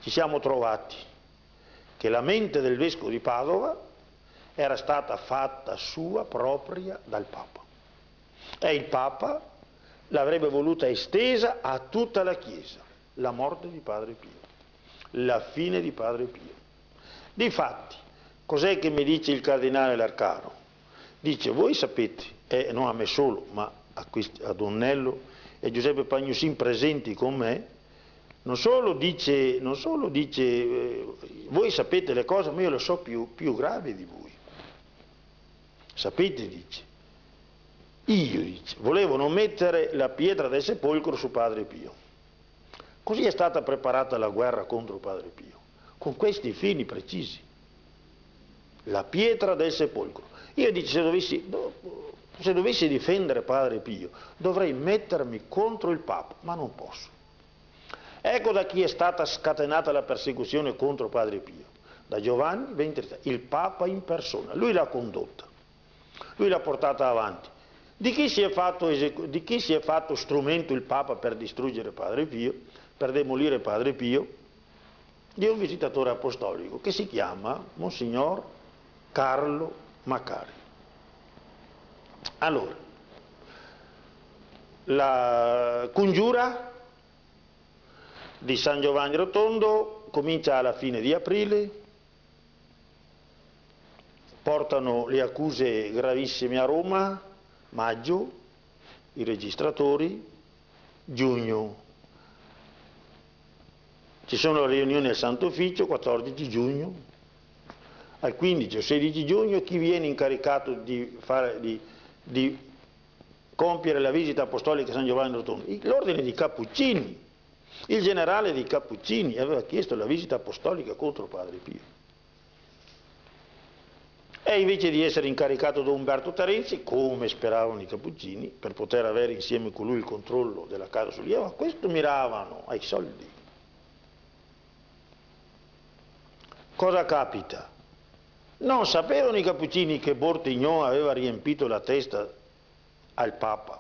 ci siamo trovati che la mente del vescovo di Padova era stata fatta sua propria dal Papa. E il Papa l'avrebbe voluta estesa a tutta la Chiesa, la morte di Padre Pio, la fine di Padre Pio. Difatti, cos'è che mi dice il cardinale Larcaro? Dice, voi sapete, non a me solo, ma a Donnello e Giuseppe Pagnusin presenti con me, non solo dice voi sapete le cose, ma io le so più gravi di voi. Sapete, dice, dice, volevano mettere la pietra del sepolcro su Padre Pio. Così è stata preparata la guerra contro Padre Pio, con questi fini precisi. La pietra del sepolcro. Io dice, se dovessi difendere Padre Pio, dovrei mettermi contro il Papa, ma non posso. Ecco da chi è stata scatenata la persecuzione contro Padre Pio. Da Giovanni XXIII, il Papa in persona. Lui l'ha condotta, lui l'ha portata avanti. Di chi si è fatto strumento il Papa per distruggere Padre Pio, per demolire Padre Pio? Di un visitatore apostolico che si chiama Monsignor Carlo Maccari. Allora, la congiura di San Giovanni Rotondo comincia alla fine di aprile, portano le accuse gravissime a Roma, maggio, i registratori, giugno. Ci sono le riunioni al Santo Ufficio, 14 giugno, al 15 o 16 giugno chi viene incaricato di compiere la visita apostolica a San Giovanni Rotondo? L'ordine di Cappuccini. Il generale di Cappuccini aveva chiesto la visita apostolica contro Padre Pio. E invece di essere incaricato da Umberto Terenzi, come speravano i Cappuccini, per poter avere insieme con lui il controllo della casa Sollievo, a questo miravano, ai soldi. Cosa capita? Non sapevano i Cappuccini che Bortignon aveva riempito la testa al Papa,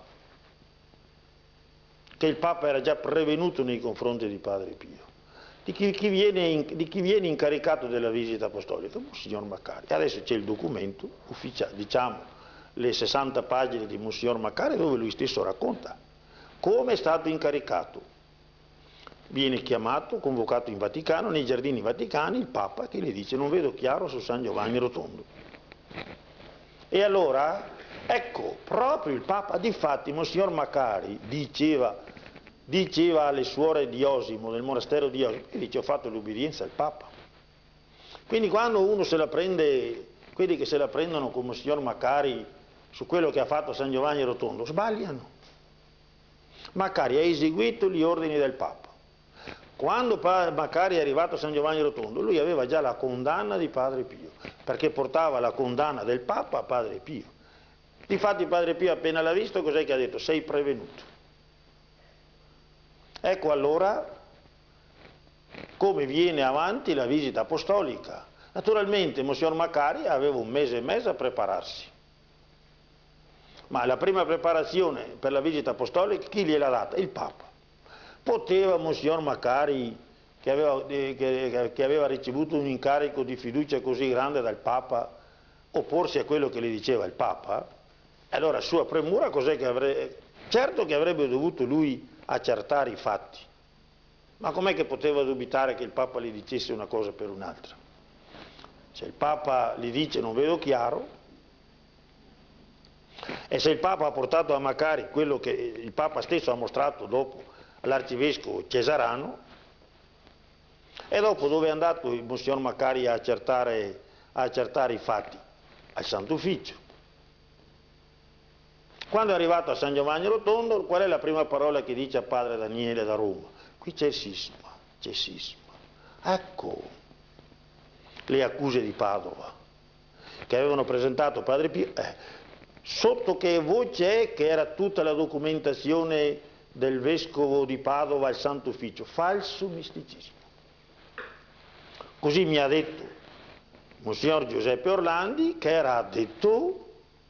che il Papa era già prevenuto nei confronti di Padre Pio. Di chi viene incaricato della visita apostolica? Monsignor Maccari. Adesso c'è il documento ufficiale, diciamo le 60 pagine di Monsignor Maccari, dove lui stesso racconta come è stato incaricato. Viene chiamato, convocato in Vaticano, nei giardini vaticani, il Papa che gli dice: non vedo chiaro su San Giovanni Rotondo. E allora, ecco, proprio il Papa, difatti Monsignor Maccari diceva alle suore di Osimo, del monastero di Osimo, e dice: ho fatto l'ubbidienza al Papa. Quindi quando uno se la prende, quelli che se la prendono con Monsignor Maccari su quello che ha fatto San Giovanni Rotondo, sbagliano. Maccari ha eseguito gli ordini del Papa. Quando Maccari è arrivato a San Giovanni Rotondo, lui aveva già la condanna di Padre Pio, perché portava la condanna del Papa a Padre Pio. Difatti Padre Pio appena l'ha visto, cos'è che ha detto? Sei prevenuto. Ecco allora come viene avanti la visita apostolica. Naturalmente Monsignor Maccari aveva un mese e mezzo a prepararsi, ma la prima preparazione per la visita apostolica chi gliel'ha data? Il Papa. Poteva Monsignor Maccari, che aveva ricevuto un incarico di fiducia così grande dal Papa, opporsi a quello che gli diceva il Papa? Allora sua premura cos'è che avrebbe... Certo che avrebbe dovuto lui accertare i fatti, ma com'è che poteva dubitare che il Papa gli dicesse una cosa per un'altra? Se il Papa gli dice non vedo chiaro, e se il Papa ha portato a Maccari quello che il Papa stesso ha mostrato dopo all'arcivescovo Cesarano, e dopo dove è andato il Monsignor Maccari a accertare i fatti? Al Santo Ufficio. Quando è arrivato a San Giovanni Rotondo, qual è la prima parola che dice a padre Daniele da Roma? Qui c'è il sisma, c'è sisma. Ecco le accuse di Padova che avevano presentato Padre Pio. Sotto che voce è che era tutta la documentazione del vescovo di Padova al Santo Ufficio? Falso misticismo. Così mi ha detto Monsignor Giuseppe Orlandi, che era addetto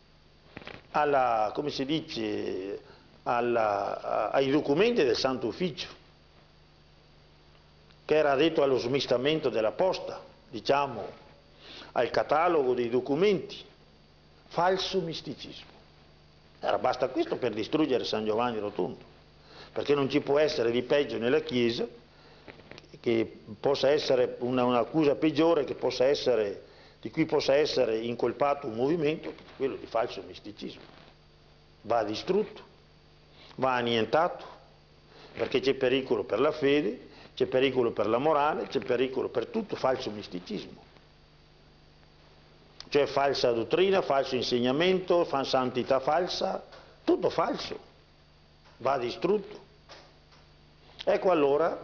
come si dice, ai documenti del Santo Ufficio. che era addetto allo smistamento della posta, diciamo, al catalogo dei documenti, falso misticismo. Basta questo per distruggere San Giovanni Rotondo, perché non ci può essere di peggio nella Chiesa che possa essere un'accusa peggiore che possa essere, di cui possa essere incolpato un movimento, quello di falso misticismo. Va distrutto, va annientato, perché c'è pericolo per la fede, c'è pericolo per la morale, c'è pericolo per tutto, falso misticismo. Cioè falsa dottrina, falso insegnamento, santità falsa, tutto falso, va distrutto. Ecco allora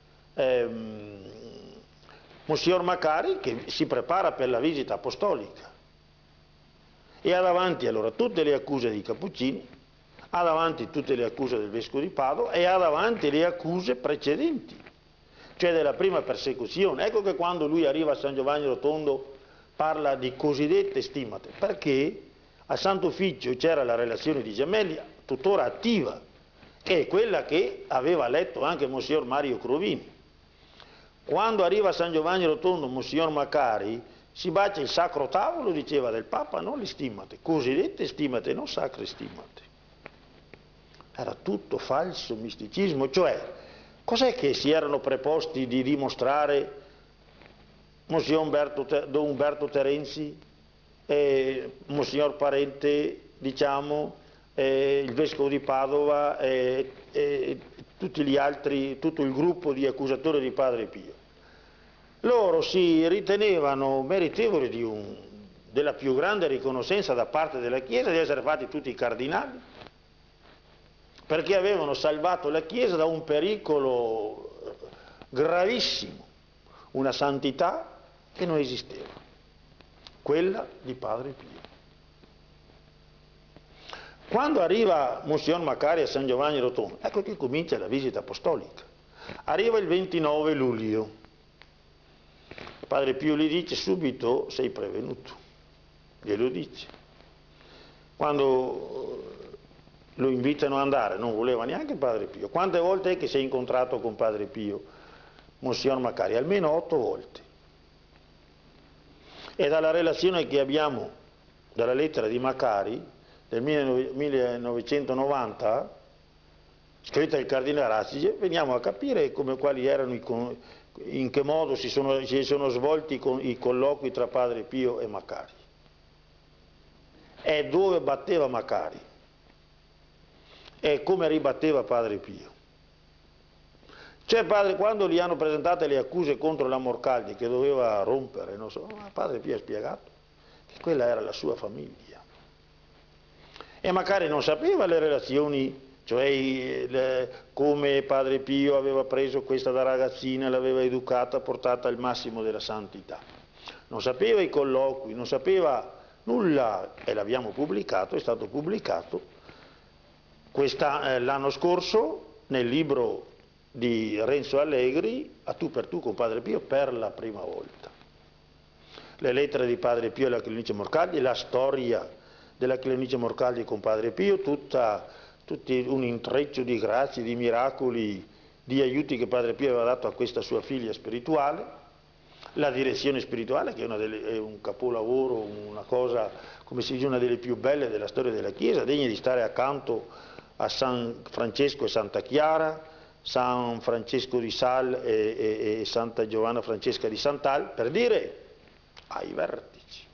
Monsignor Macari che si prepara per la visita apostolica e ha davanti allora tutte le accuse dei Cappuccini, ha davanti tutte le accuse del Vescovo di Padova e ha davanti le accuse precedenti, cioè della prima persecuzione. Ecco che quando lui arriva a San Giovanni Rotondo parla di cosiddette stimate, perché al Santo Ufficio c'era la relazione di Gemelli, tuttora attiva, che è quella che aveva letto anche Monsignor Mario Crovini. Quando arriva a San Giovanni Rotondo Monsignor Macari si bacia il sacro tavolo, diceva, del Papa, non le stimate, cosiddette stimate, non sacre stimate. Era tutto falso misticismo, cioè cos'è che si erano preposti di dimostrare Monsignor Don Umberto Terenzi, Monsignor Parente, diciamo, il Vescovo di Padova e tutti gli altri, tutto il gruppo di accusatori di Padre Pio? Loro si ritenevano meritevoli della più grande riconoscenza da parte della Chiesa di essere fatti tutti i cardinali, perché avevano salvato la Chiesa da un pericolo gravissimo, una santità che non esisteva, quella di Padre Pio. Quando arriva Monsignor Macari a San Giovanni Rotondo, ecco che comincia la visita apostolica. Arriva il 29 luglio. Padre Pio gli dice subito: sei prevenuto, glielo dice. Quando lo invitano ad andare, non voleva neanche Padre Pio. Quante volte è che si è incontrato con Padre Pio, Monsignor Macari? Almeno 8 volte. E dalla relazione che abbiamo, dalla lettera di Macari, del 1990, scritta dal Cardinale Ratzinger, veniamo a capire quali erano in che modo si sono svolti i colloqui tra Padre Pio e Macari. E dove batteva Macari e come ribatteva Padre Pio. Cioè quando gli hanno presentate le accuse contro la Morcaldi che doveva rompere, non so, Padre Pio ha spiegato che quella era la sua famiglia. E Macari non sapeva le relazioni, cioè come Padre Pio aveva preso questa da ragazzina, l'aveva educata, portata al massimo della santità. Non sapeva i colloqui, non sapeva nulla, e l'abbiamo pubblicato, è stato pubblicato l'anno scorso nel libro di Renzo Allegri, A tu per tu con Padre Pio, per la prima volta. Le lettere di Padre Pio alla Clinice Morcaldi, la storia della Clinice Morcaldi con Padre Pio, tutti un intreccio di grazie, di miracoli, di aiuti che Padre Pio aveva dato a questa sua figlia spirituale, la direzione spirituale che è un capolavoro, una cosa, come si dice, una delle più belle della storia della Chiesa, degna di stare accanto a San Francesco e Santa Chiara, San Francesco di Sal e Santa Giovanna Francesca di Santal, per dire ai vertici.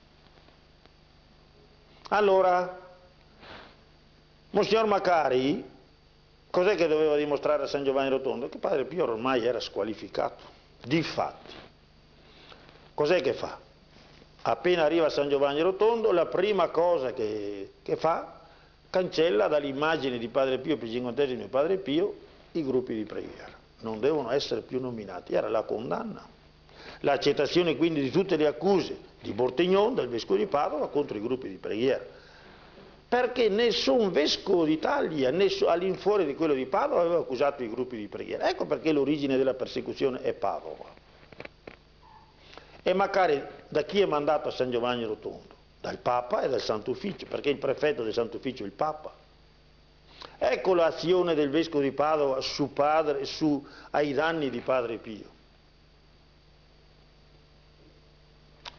Allora, Monsignor Macari, cos'è che doveva dimostrare a San Giovanni Rotondo? Che Padre Pio ormai era squalificato. Difatti, cos'è che fa? Appena arriva a San Giovanni Rotondo, la prima cosa che fa, cancella dall'immagine di Padre Pio, per il 50° e Padre Pio, i gruppi di preghiera. Non devono essere più nominati, era la condanna. L'accettazione quindi di tutte le accuse di Bortignon, del Vescovo di Padova, contro i gruppi di preghiera. Perché nessun Vescovo d'Italia, all'infuori di quello di Padova, aveva accusato i gruppi di preghiera. Ecco perché l'origine della persecuzione è Padova. E Macari da chi è mandato a San Giovanni Rotondo? Dal Papa e dal Santo Ufficio, perché il prefetto del Santo Ufficio è il Papa. Ecco l'azione del Vescovo di Padova ai danni di Padre Pio.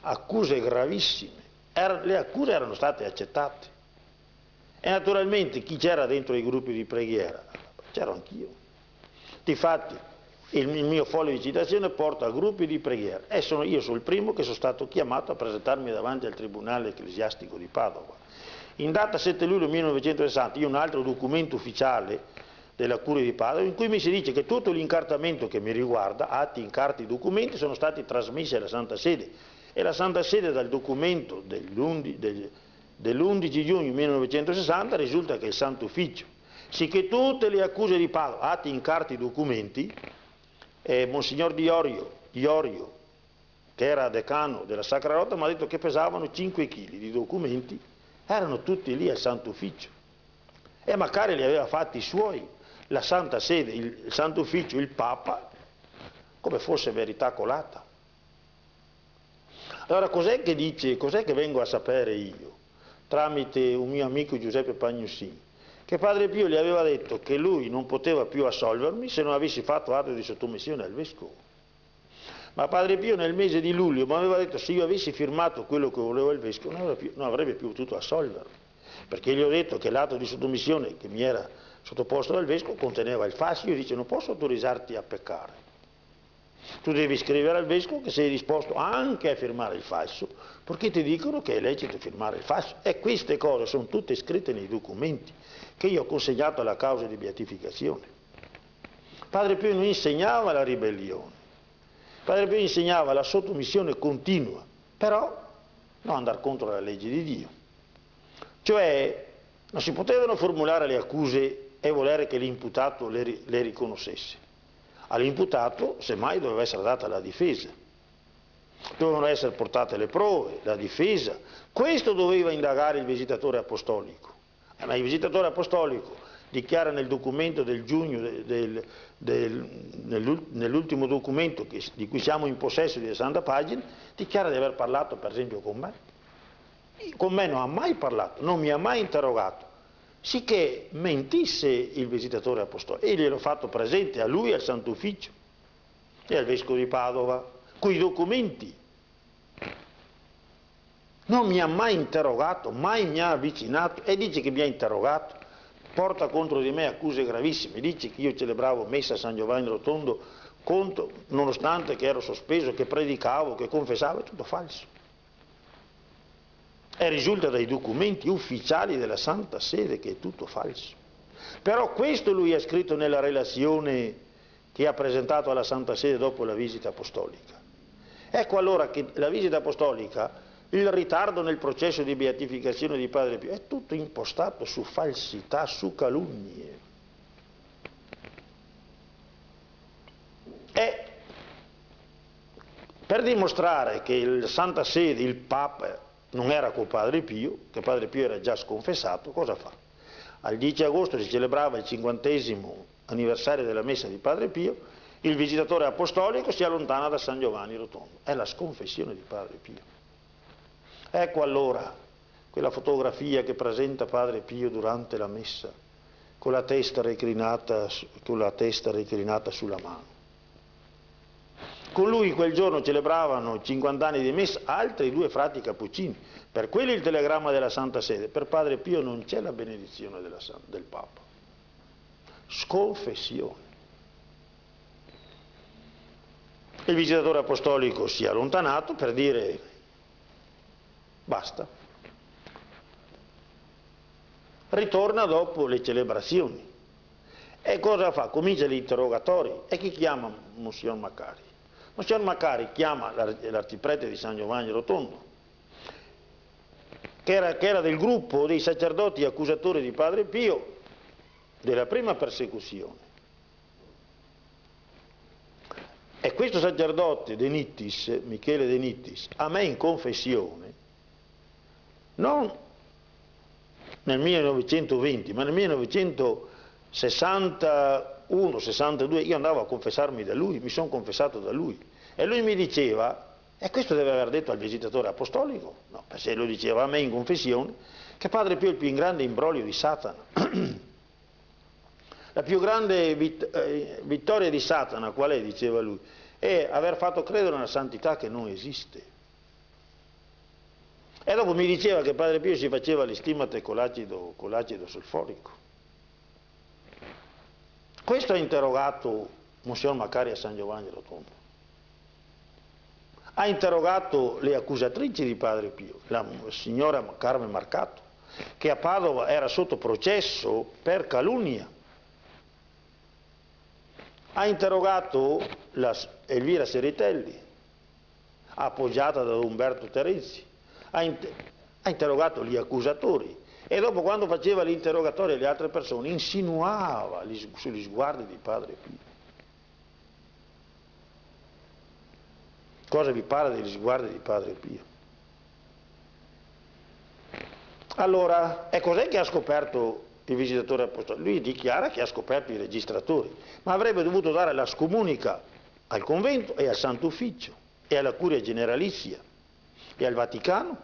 accuse gravissime, le accuse erano state accettate. E naturalmente chi c'era dentro i gruppi di preghiera? C'ero anch'io. Difatti il mio foglio di citazione porta a gruppi di preghiera e io sono il primo che sono stato chiamato a presentarmi davanti al Tribunale Ecclesiastico di Padova. In data 7 luglio 1960 io ho un altro documento ufficiale della Curia di Padova in cui mi si dice che tutto l'incartamento che mi riguarda, atti, incarti, documenti, sono stati trasmessi alla Santa Sede e la Santa Sede dal documento dell'11 giugno 1960 risulta che il Santo Ufficio, sicché tutte le accuse di Padova, atti, incarti, documenti, Monsignor Diorio, che era decano della Sacra Rota, mi ha detto che pesavano 5 kg di documenti, erano tutti lì al Santo Ufficio. E Maccari li aveva fatti i suoi, la Santa Sede, il Santo Ufficio, il Papa, come fosse verità colata. Allora cos'è che vengo a sapere io, tramite un mio amico Giuseppe Pagnussini, che Padre Pio gli aveva detto che lui non poteva più assolvermi se non avessi fatto atto di sottomissione al Vescovo. Ma Padre Pio nel mese di luglio mi aveva detto che se io avessi firmato quello che voleva il Vescovo non avrebbe più potuto assolvermi, perché gli ho detto che l'atto di sottomissione che mi era sottoposto dal Vescovo conteneva il falso. Io dice non posso autorizzarti a peccare, tu devi scrivere al Vescovo che sei disposto anche a firmare il falso, perché ti dicono che è lecito firmare il falso. E queste cose sono tutte scritte nei documenti che io ho consegnato alla causa di beatificazione. Padre Pio non insegnava la ribellione, Padre Pio insegnava la sottomissione continua, però non andare contro la legge di Dio. Cioè non si potevano formulare le accuse e volere che l'imputato le riconoscesse. All'imputato semmai doveva essere data la difesa, dovevano essere portate le prove, la difesa. Questo doveva indagare il visitatore apostolico. Ma il visitatore apostolico dichiara nel documento del giugno, nell'ultimo documento di cui siamo in possesso di 60 pagine, dichiara di aver parlato per esempio con me. Con me non ha mai parlato, non mi ha mai interrogato, sicché mentisse il visitatore apostolico. E gliel'ho fatto presente a lui, al Santo Ufficio e al Vescovo di Padova, coi documenti. Non mi ha mai interrogato, mai mi ha avvicinato e dice che mi ha interrogato, porta contro di me accuse gravissime, dice che io celebravo messa a San Giovanni Rotondo nonostante che ero sospeso, che predicavo, che confessavo, è tutto falso. E risulta dai documenti ufficiali della Santa Sede che è tutto falso. Però questo lui ha scritto nella relazione che ha presentato alla Santa Sede dopo la visita apostolica. Ecco allora che la visita apostolica, il ritardo nel processo di beatificazione di Padre Pio, è tutto impostato su falsità, su calunnie. E per dimostrare che il Santa Sede, il Papa, non era con Padre Pio, che Padre Pio era già sconfessato, cosa fa? Al 10 agosto si celebrava il 50° anniversario della messa di Padre Pio, il visitatore apostolico si allontana da San Giovanni Rotondo. È la sconfessione di Padre Pio. Ecco allora quella fotografia che presenta Padre Pio durante la messa, con la testa reclinata sulla mano. Con lui quel giorno celebravano 50 anni di messa altri 2 frati cappuccini, per quelli il telegramma della Santa Sede, per Padre Pio non c'è la benedizione del Papa. Sconfessione. Il visitatore apostolico si è allontanato per dire basta. Ritorna dopo le celebrazioni. E cosa fa? Comincia gli interrogatori. E chi chiama Monsignor Maccari? Monsignor Maccari chiama l'arciprete di San Giovanni Rotondo, che era del gruppo dei sacerdoti accusatori di Padre Pio della prima persecuzione. E questo sacerdote De Nittis, Michele De Nittis, a me in confessione, non nel 1920, ma nel 1961-62, io andavo a confessarmi da lui, mi sono confessato da lui, e lui mi diceva, e questo deve aver detto al visitatore apostolico, no, se lo diceva a me in confessione, che Padre Pio è il più grande imbroglio di Satana. La più grande vittoria di Satana, qual è, diceva lui, è aver fatto credere una santità che non esiste. E dopo mi diceva che Padre Pio si faceva le stimate con l'acido solforico. Questo ha interrogato Monsignor Maccari a San Giovanni Rotondo. Ha interrogato le accusatrici di Padre Pio, la signora Carmen Marcato, che a Padova era sotto processo per calunnia. Ha interrogato la Elvira Seritelli, appoggiata da Umberto Terezzi. Ha interrogato gli accusatori e dopo, quando faceva l'interrogatorio alle altre persone, insinuava sugli sguardi di Padre Pio. Cosa vi pare degli sguardi di Padre Pio? Allora, e cos'è che ha scoperto il visitatore apostolico? Lui dichiara che ha scoperto i registratori, ma avrebbe dovuto dare la scomunica al convento e al Santo Ufficio e alla Curia Generalizia e al Vaticano.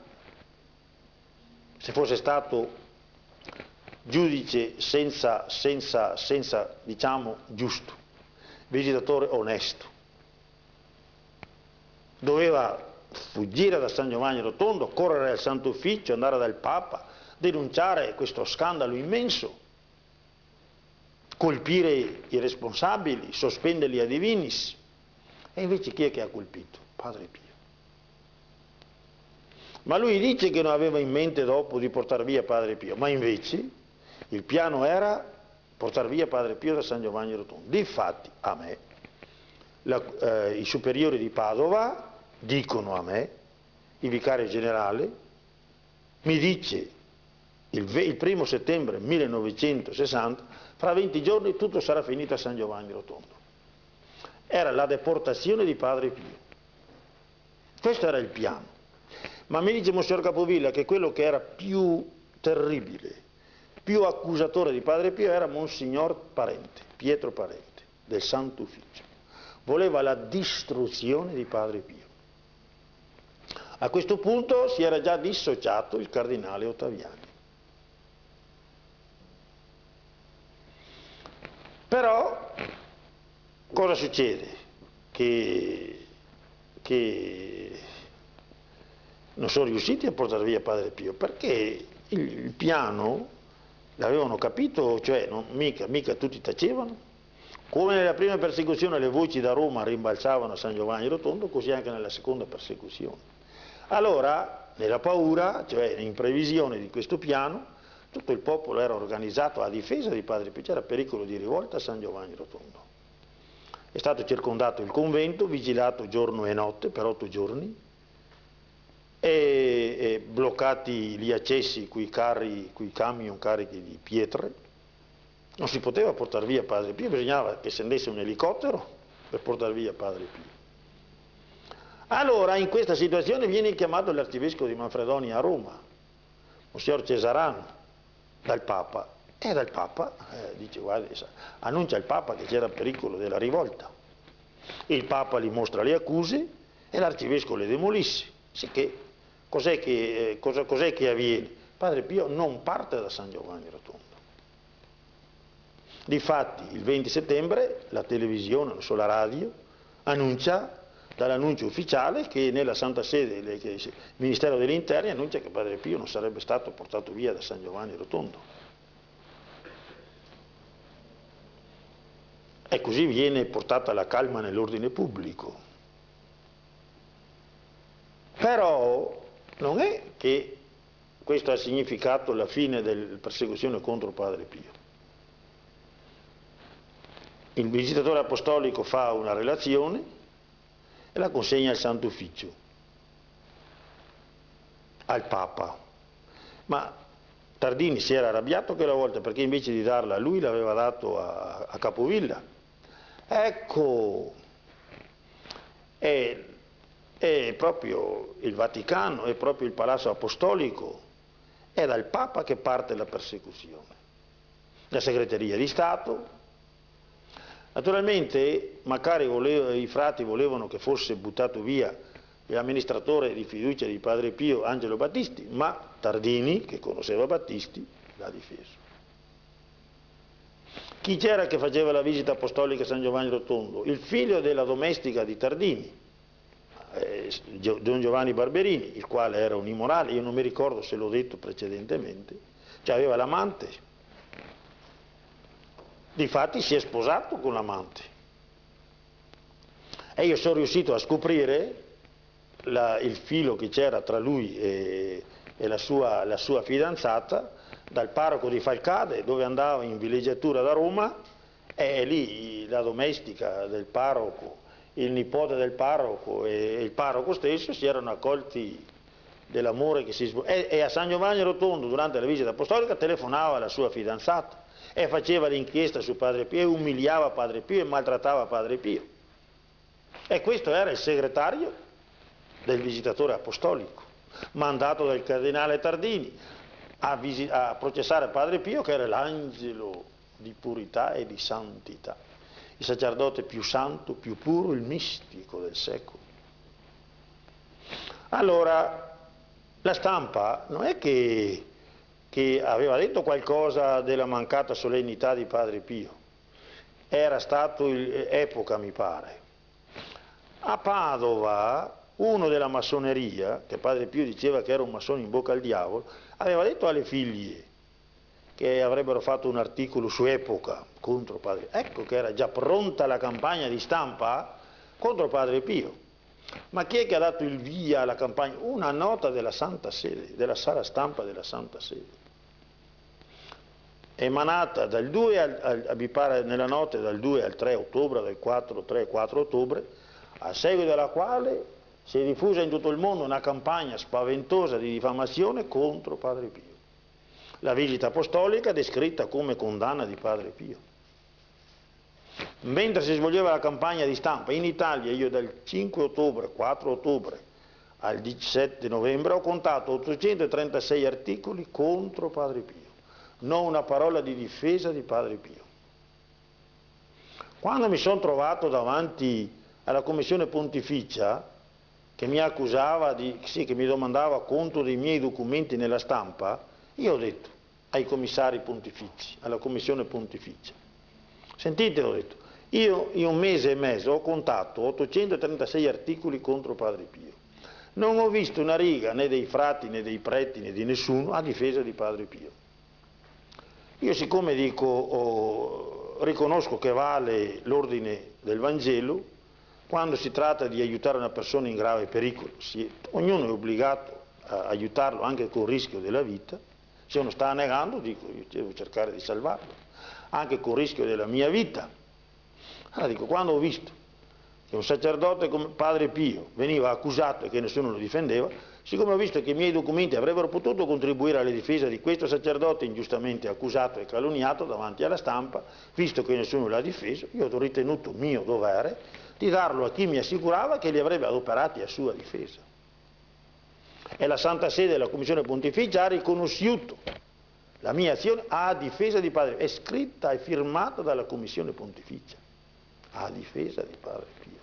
Se fosse stato giudice senza diciamo, giusto, visitatore onesto. Doveva fuggire da San Giovanni Rotondo, correre al Santo Ufficio, andare dal Papa, denunciare questo scandalo immenso, colpire i responsabili, sospenderli a divinis. E invece chi è che ha colpito? Padre Pio. Ma lui dice che non aveva in mente dopo di portare via Padre Pio, ma invece il piano era portare via Padre Pio da San Giovanni Rotondo. Difatti a me, i superiori di Padova dicono a me, il vicario generale mi dice il 1° settembre 1960, fra 20 giorni tutto sarà finito a San Giovanni Rotondo. Era la deportazione di Padre Pio. Questo era il piano. Ma mi dice Monsignor Capovilla che quello che era più terribile, più accusatore di Padre Pio era Monsignor Parente, Pietro Parente, del Santo Ufficio. Voleva la distruzione di Padre Pio. A questo punto si era già dissociato il cardinale Ottaviani. Però cosa succede? Che non sono riusciti a portare via Padre Pio, perché il piano l'avevano capito, cioè mica tutti tacevano. Come nella prima persecuzione le voci da Roma rimbalzavano a San Giovanni Rotondo, così anche nella seconda persecuzione. Allora, nella paura, cioè in previsione di questo piano, tutto il popolo era organizzato a difesa di Padre Pio, c'era pericolo di rivolta a San Giovanni Rotondo. È stato circondato il convento, vigilato giorno e notte per 8 giorni, e bloccati gli accessi coi camion carichi di pietre. Non si poteva portare via Padre Pio, bisognava che scendesse un elicottero per portare via Padre Pio. Allora, in questa situazione viene chiamato l'arcivescovo di Manfredonia a Roma, Monsignor Cesarano, dal Papa, e dal Papa dice, guarda, annuncia al Papa che c'era pericolo della rivolta. Il Papa gli mostra le accuse e l'arcivescovo le demolisce. Sicché, cos'è che avviene? Padre Pio non parte da San Giovanni Rotondo. Difatti, il 20 settembre la televisione, non solo la radio, annuncia, dall'annuncio ufficiale, che nella Santa Sede, il Ministero degli Interni annuncia che Padre Pio non sarebbe stato portato via da San Giovanni Rotondo. E così viene portata la calma nell'ordine pubblico. Però non è che questo ha significato la fine della persecuzione contro Padre Pio. Il visitatore apostolico fa una relazione e la consegna al Santo Ufficio, al Papa. Ma Tardini si era arrabbiato quella volta perché invece di darla a lui l'aveva dato a Capovilla. Ecco, è proprio il Vaticano, è proprio il Palazzo Apostolico, è dal Papa che parte la persecuzione. La segreteria di Stato. Naturalmente i frati volevano che fosse buttato via l'amministratore di fiducia di Padre Pio, Angelo Battisti, ma Tardini, che conosceva Battisti, l'ha difeso. Chi c'era che faceva la visita apostolica a San Giovanni Rotondo? Il figlio della domestica di Tardini, Don Giovanni Barberini, il quale era un immorale, io non mi ricordo se l'ho detto precedentemente, cioè aveva l'amante. Difatti si è sposato con l'amante. E io sono riuscito a scoprire il filo che c'era tra lui e la sua fidanzata dal parroco di Falcade, dove andava in villeggiatura da Roma, e lì la domestica del parroco, il nipote del parroco e il parroco stesso si erano accolti dell'amore che si svolgeva. E a San Giovanni Rotondo, durante la visita apostolica, telefonava alla sua fidanzata e faceva l'inchiesta su Padre Pio e umiliava Padre Pio e maltrattava Padre Pio. E questo era il segretario del visitatore apostolico, mandato dal cardinale Tardini a processare Padre Pio, che era l'angelo di purità e di santità, il sacerdote più santo, più puro, il mistico del secolo. Allora, la stampa non è che aveva detto qualcosa della mancata solennità di Padre Pio, era stato epoca, mi pare. A Padova, uno della massoneria, che Padre Pio diceva che era un massone in bocca al diavolo, aveva detto alle figlie che avrebbero fatto un articolo su Epoca contro Padre Pio. Ecco che era già pronta la campagna di stampa contro Padre Pio. Ma chi è che ha dato il via alla campagna? Una nota della Santa Sede, della sala stampa della Santa Sede, emanata dal 2 mi pare nella notte dal 2 al 3 ottobre, dal 3-4 ottobre, a seguito della quale si è diffusa in tutto il mondo una campagna spaventosa di diffamazione contro Padre Pio. La visita apostolica descritta come condanna di Padre Pio. Mentre si svolgeva la campagna di stampa in Italia, io dal 5 ottobre, 4 ottobre al 17 novembre ho contato 836 articoli contro Padre Pio, non una parola di difesa di Padre Pio. Quando mi sono trovato davanti alla Commissione Pontificia, che mi accusava che mi domandava conto dei miei documenti nella stampa, io ho detto ai commissari pontifici, alla Commissione Pontificia, sentite, ho detto, io in un mese e mezzo ho contato 836 articoli contro Padre Pio. Non ho visto una riga né dei frati né dei preti né di nessuno a difesa di Padre Pio. Io siccome dico, riconosco che vale l'ordine del Vangelo, quando si tratta di aiutare una persona in grave pericolo, ognuno è obbligato a aiutarlo anche con il rischio della vita. Se uno sta negando, dico, io devo cercare di salvarlo, anche con il rischio della mia vita. Allora dico, quando ho visto che un sacerdote come Padre Pio veniva accusato e che nessuno lo difendeva, siccome ho visto che i miei documenti avrebbero potuto contribuire alla difesa di questo sacerdote ingiustamente accusato e calunniato davanti alla stampa, visto che nessuno l'ha difeso, io ho ritenuto mio dovere di darlo a chi mi assicurava che li avrebbe adoperati a sua difesa. E la Santa Sede della Commissione Pontificia ha riconosciuto la mia azione a difesa di Padre Pio, è scritta e firmata dalla Commissione Pontificia, a difesa di Padre Pio.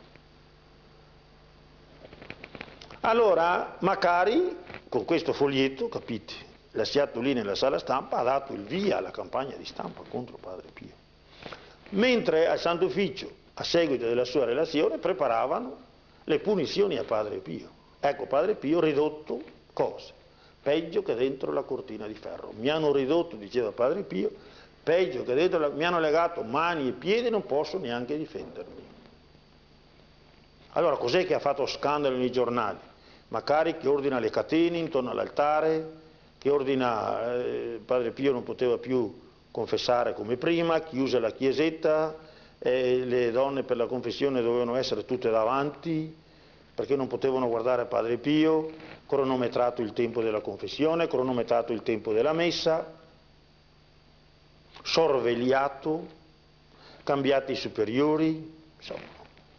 Allora, Macari, con questo foglietto, capite, lasciato lì nella sala stampa, ha dato il via alla campagna di stampa contro Padre Pio. Mentre al Santo Ufficio, a seguito della sua relazione, preparavano le punizioni a Padre Pio. Ecco, Padre Pio ridotto, cosa? Peggio che dentro la cortina di ferro. Mi hanno ridotto, diceva Padre Pio, peggio che dentro mi hanno legato mani e piedi, non posso neanche difendermi. Allora, cos'è che ha fatto scandalo nei giornali? Macari che ordina le catene intorno all'altare, che ordina, Padre Pio non poteva più confessare come prima, chiuse la chiesetta, le donne per la confessione dovevano essere tutte davanti, perché non potevano guardare Padre Pio, cronometrato il tempo della confessione, cronometrato il tempo della messa, sorvegliato, cambiati i superiori, insomma.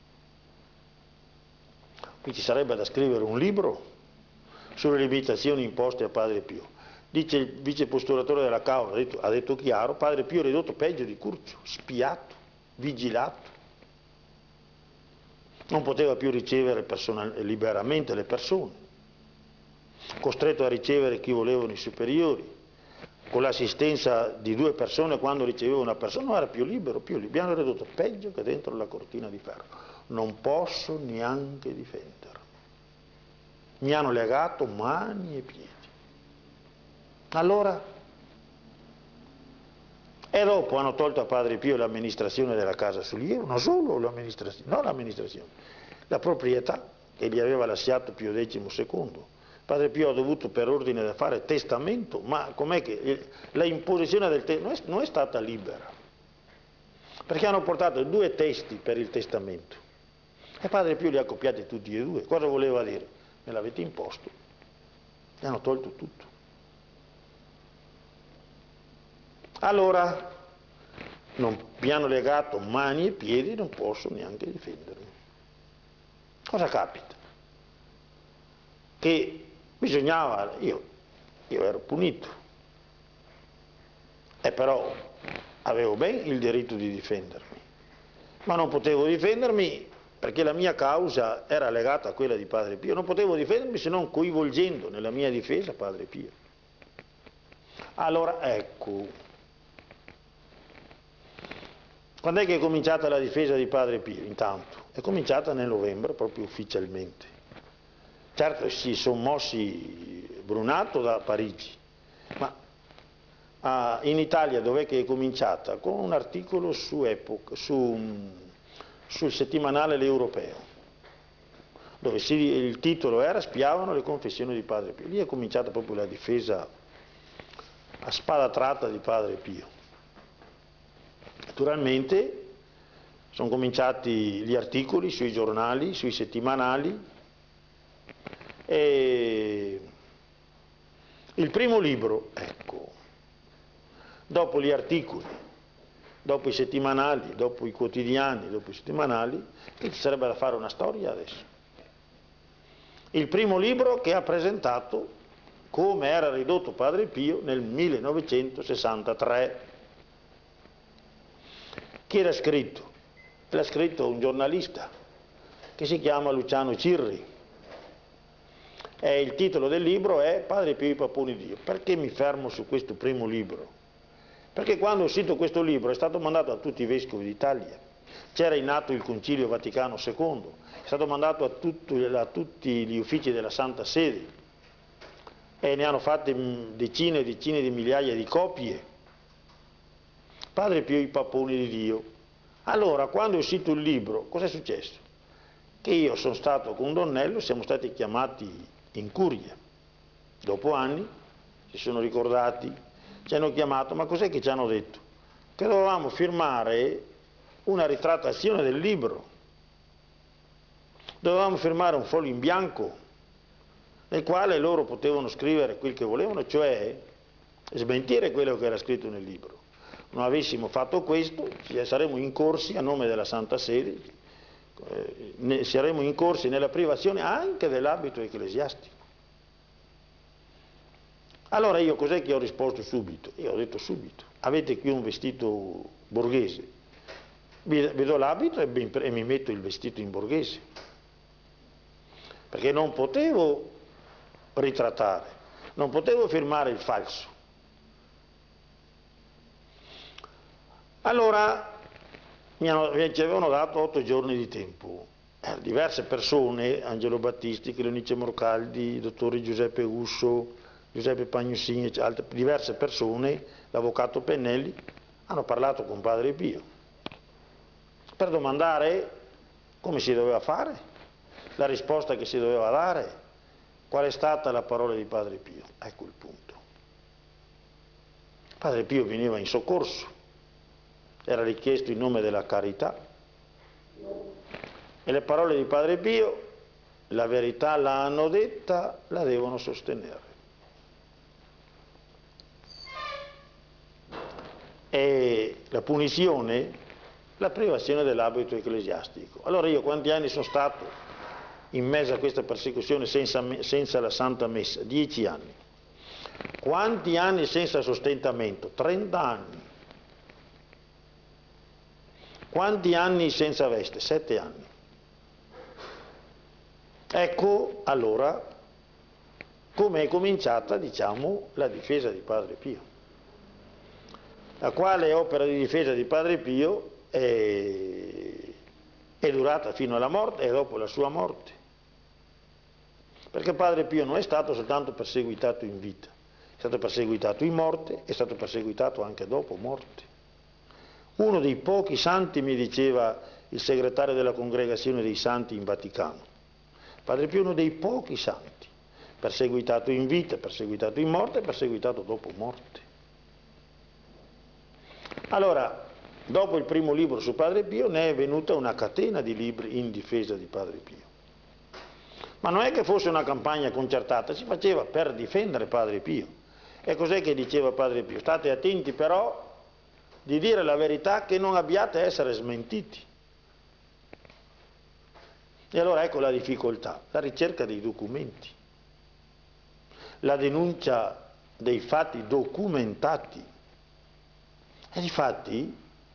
Qui ci sarebbe da scrivere un libro sulle limitazioni imposte a Padre Pio. Dice il vice postulatore della causa, ha detto chiaro, Padre Pio è ridotto peggio di Curcio, spiato, vigilato. Non poteva più ricevere liberamente le persone, costretto a ricevere chi volevano i superiori, con l'assistenza di 2 persone quando riceveva una persona, non era più libero, abbiamo ridotto peggio che dentro la cortina di ferro. Non posso neanche difendermi. mi hanno legato mani e piedi. Allora? E dopo hanno tolto a Padre Pio l'amministrazione della Casa Sollievo, non solo l'amministrazione, non l'amministrazione, la proprietà che gli aveva lasciato Pio XII. Padre Pio ha dovuto per ordine da fare testamento, ma com'è che la imposizione del testamento non è stata libera? Perché hanno portato 2 testi per il testamento e Padre Pio li ha copiati tutti e 2. Cosa voleva dire? Me l'avete imposto, e hanno tolto tutto. Allora, mi hanno legato mani e piedi, non posso neanche difendermi. Cosa capita? Che bisognava, io ero punito, e però avevo ben il diritto di difendermi, ma non potevo difendermi perché la mia causa era legata a quella di Padre Pio, non potevo difendermi se non coinvolgendo nella mia difesa Padre Pio. Allora ecco, quando è che è cominciata la difesa di Padre Pio? Intanto, è cominciata nel novembre, proprio ufficialmente. Certo si sono mossi Brunato da Parigi, ma in Italia dov'è che è cominciata? Con un articolo su Epoca, sul settimanale L'Europeo, dove il titolo era "Spiavano le confessioni di Padre Pio". Lì è cominciata proprio la difesa a spada tratta di Padre Pio. Naturalmente sono cominciati gli articoli sui giornali, sui settimanali, e il primo libro, ecco, dopo gli articoli, dopo i settimanali, dopo i quotidiani, dopo i settimanali, che ci sarebbe da fare una storia adesso. Il primo libro che ha presentato come era ridotto Padre Pio nel 1963. Chi l'ha scritto? L'ha scritto un giornalista che si chiama Luciano Cirri. E il titolo del libro è Padre Pio i Papponi di Dio. Perché mi fermo su questo primo libro? Perché quando è uscito questo libro è stato mandato a tutti i vescovi d'Italia. C'era in atto il Concilio Vaticano II, è stato mandato a tutti gli uffici della Santa Sede e ne hanno fatte decine e decine di migliaia di copie. Padre Pio i Papponi di Dio. Allora, quando è uscito il libro, cosa è successo? Che io sono stato con Donnello, siamo stati chiamati in curia. Dopo anni si sono ricordati, ci hanno chiamato, ma cos'è che ci hanno detto? Che dovevamo firmare una ritrattazione del libro, dovevamo firmare un foglio in bianco nel quale loro potevano scrivere quel che volevano, cioè smentire quello che era scritto nel libro. Non avessimo fatto questo, ci saremmo incorsi a nome della Santa Sede, saremmo incorsi nella privazione anche dell'abito ecclesiastico. Allora io cos'è che ho risposto subito? Io ho detto subito, avete qui un vestito borghese, vi do l'abito e mi metto il vestito in borghese, perché non potevo ritrattare, non potevo firmare il falso. Allora ci avevano dato 8 giorni di tempo. Diverse persone, Angelo Battisti, Cleonice Morcaldi, i dottori Giuseppe Usso, Giuseppe Pagnussini, diverse persone, l'avvocato Pennelli, hanno parlato con Padre Pio per domandare come si doveva fare, la risposta che si doveva dare, qual è stata la parola di Padre Pio. Ecco il punto. Padre Pio veniva in soccorso, era richiesto in nome della carità, e le parole di Padre Pio, la verità l'hanno detta, la devono sostenere. E la punizione, la privazione dell'abito ecclesiastico. Allora io quanti anni sono stato in mezzo a questa persecuzione senza la Santa Messa? 10 anni. Quanti anni senza sostentamento? 30 anni. Quanti anni senza veste? 7 anni. Ecco allora come è cominciata, diciamo, la difesa di Padre Pio. La quale opera di difesa di Padre Pio è durata fino alla morte e dopo la sua morte. Perché Padre Pio non è stato soltanto perseguitato in vita, è stato perseguitato in morte, è stato perseguitato anche dopo morte. Uno dei pochi santi, mi diceva il segretario della Congregazione dei Santi in Vaticano, Padre Pio è uno dei pochi santi, perseguitato in vita, perseguitato in morte e perseguitato dopo morte. Allora, dopo il primo libro su Padre Pio ne è venuta una catena di libri in difesa di Padre Pio. Ma non è che fosse una campagna concertata, si faceva per difendere Padre Pio. E cos'è che diceva Padre Pio? State attenti però di dire la verità, che non abbiate a essere smentiti. E allora ecco la difficoltà, la ricerca dei documenti, la denuncia dei fatti documentati. E difatti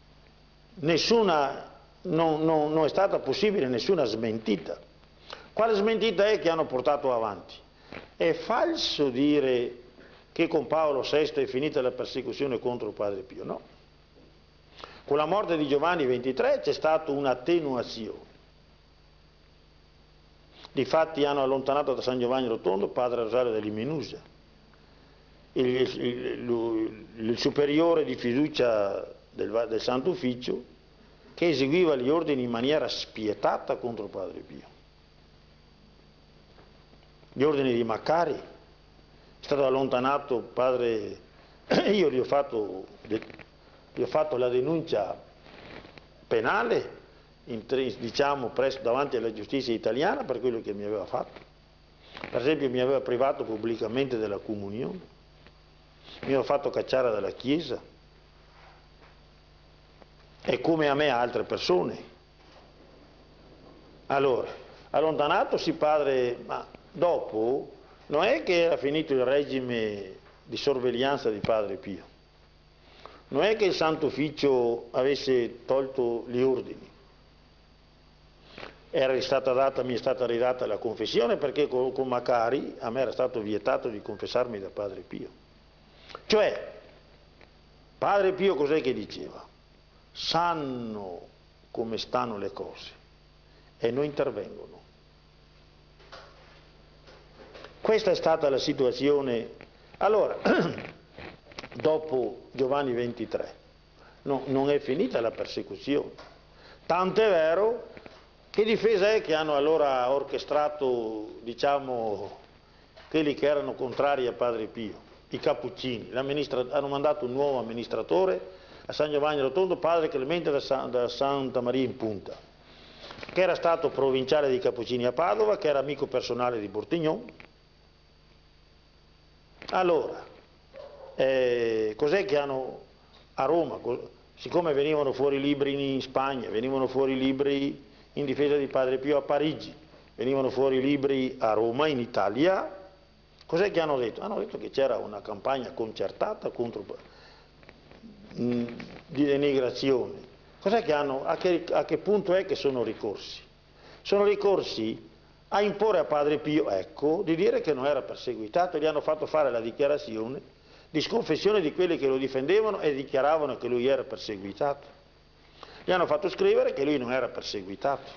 non è stata possibile nessuna smentita. Quale smentita è che hanno portato avanti? È falso dire che con Paolo VI è finita la persecuzione contro Padre Pio, no. Con la morte di Giovanni XXIII c'è stata un'attenuazione. Difatti hanno allontanato da San Giovanni Rotondo Padre Rosario dell'Immenusa, il superiore di fiducia del Santo Ufficio, che eseguiva gli ordini in maniera spietata contro Padre Pio. Gli ordini di Maccari, è stato allontanato padre, io gli ho fatto la denuncia penale, diciamo presso davanti alla giustizia italiana per quello che mi aveva fatto. Per esempio mi aveva privato pubblicamente della comunione, mi aveva fatto cacciare dalla Chiesa, e come a me altre persone. Allora, allontanatosi padre, ma dopo non è che era finito il regime di sorveglianza di Padre Pio, non è che il Santo Ufficio avesse tolto gli ordini, mi è stata ridata la confessione, perché con Maccari a me era stato vietato di confessarmi da Padre Pio. Cioè, Padre Pio cos'è che diceva? Sanno come stanno le cose e non intervengono. Questa è stata la situazione. Allora, dopo Giovanni XXIII, non è finita la persecuzione. Tant'è vero che difesa è che hanno allora orchestrato, diciamo, quelli che erano contrari a Padre Pio, i Cappuccini. Hanno mandato un nuovo amministratore a San Giovanni Rotondo, padre Clemente da Santa Maria in Punta, che era stato provinciale dei Cappuccini a Padova, che era amico personale di Bortignon. Allora, cos'è che hanno a Roma? Siccome venivano fuori libri in Spagna, venivano fuori libri in difesa di Padre Pio a Parigi, venivano fuori libri a Roma, in Italia, cos'è che hanno detto? Hanno detto che c'era una campagna concertata contro di denigrazione. Cos'è che hanno? A che punto è che sono ricorsi? Sono ricorsi a imporre a Padre Pio, ecco, di dire che non era perseguitato. Gli hanno fatto fare la dichiarazione di sconfessione di quelli che lo difendevano e dichiaravano che lui era perseguitato. Gli hanno fatto scrivere che lui non era perseguitato.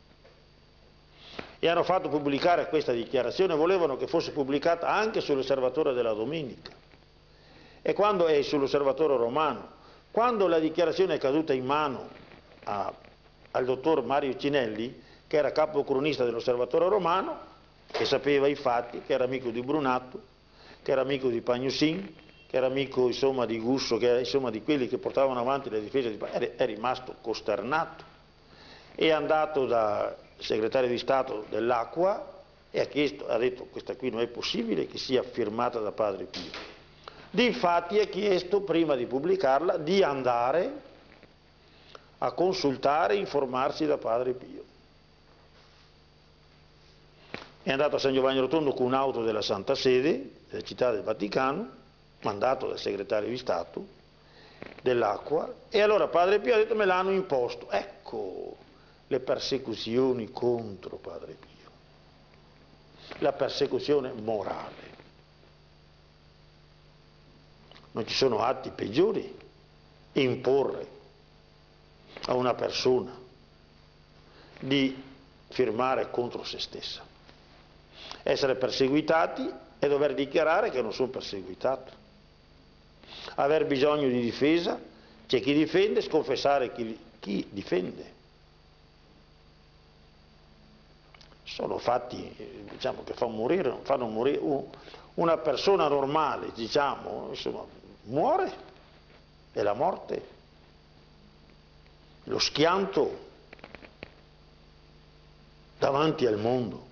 E hanno fatto pubblicare questa dichiarazione, volevano che fosse pubblicata anche sull'Osservatore della Domenica e quando è sull'Osservatore Romano. Quando la dichiarazione è caduta in mano al dottor Mario Cinelli, che era capo cronista dell'Osservatore Romano, che sapeva i fatti, che era amico di Brunato, che era amico di Pagnusin, che era amico insomma di Gusso, che era insomma di quelli che portavano avanti le difese è rimasto costernato. È andato dal segretario di Stato dell'Acqua e ha detto: questa qui non è possibile che sia firmata da Padre Pio. Difatti ha chiesto, prima di pubblicarla, di andare a consultare e informarsi da Padre Pio. È andato a San Giovanni Rotondo con un'auto della Santa Sede, della Città del Vaticano, mandato dal segretario di Stato dell'Acqua, e allora Padre Pio ha detto: me l'hanno imposto. Ecco le persecuzioni contro Padre Pio, la persecuzione morale. Non ci sono atti peggiori imporre a una persona di firmare contro se stessa. essere perseguitati e dover dichiarare che non sono perseguitato. Aver bisogno di difesa, c'è chi difende, sconfessare chi difende. Sono fatti, diciamo, che fanno morire una persona normale, diciamo, insomma, muore, è la morte, lo schianto davanti al mondo.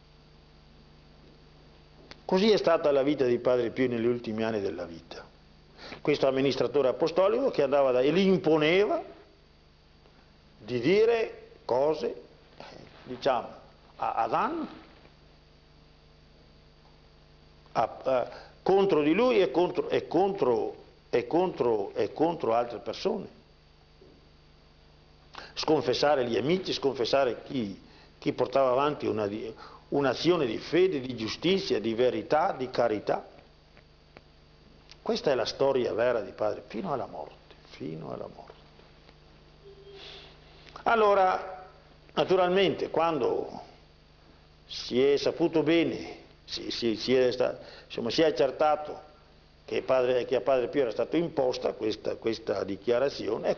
Così è stata la vita di Padre Pio negli ultimi anni della vita. Questo amministratore apostolico che andava e gli imponeva di dire cose, diciamo, ad Anna, contro di lui e contro altre persone. Sconfessare gli amici, sconfessare chi portava avanti un'azione di fede, di giustizia, di verità, di carità. Questa è la storia vera di Padre, fino alla morte, fino alla morte. Allora, naturalmente, quando si è saputo bene, si è accertato che a Padre Pio era stata imposta questa dichiarazione,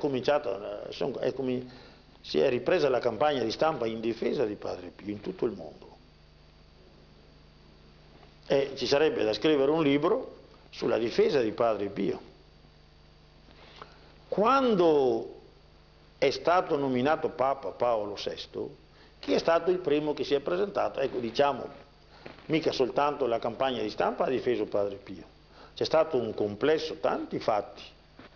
si è ripresa la campagna di stampa in difesa di Padre Pio in tutto il mondo. E ci sarebbe da scrivere un libro sulla difesa di Padre Pio. Quando è stato nominato Papa Paolo VI, chi è stato il primo che si è presentato? Ecco, diciamo, mica soltanto la campagna di stampa ha difeso Padre Pio, c'è stato un complesso, tanti fatti.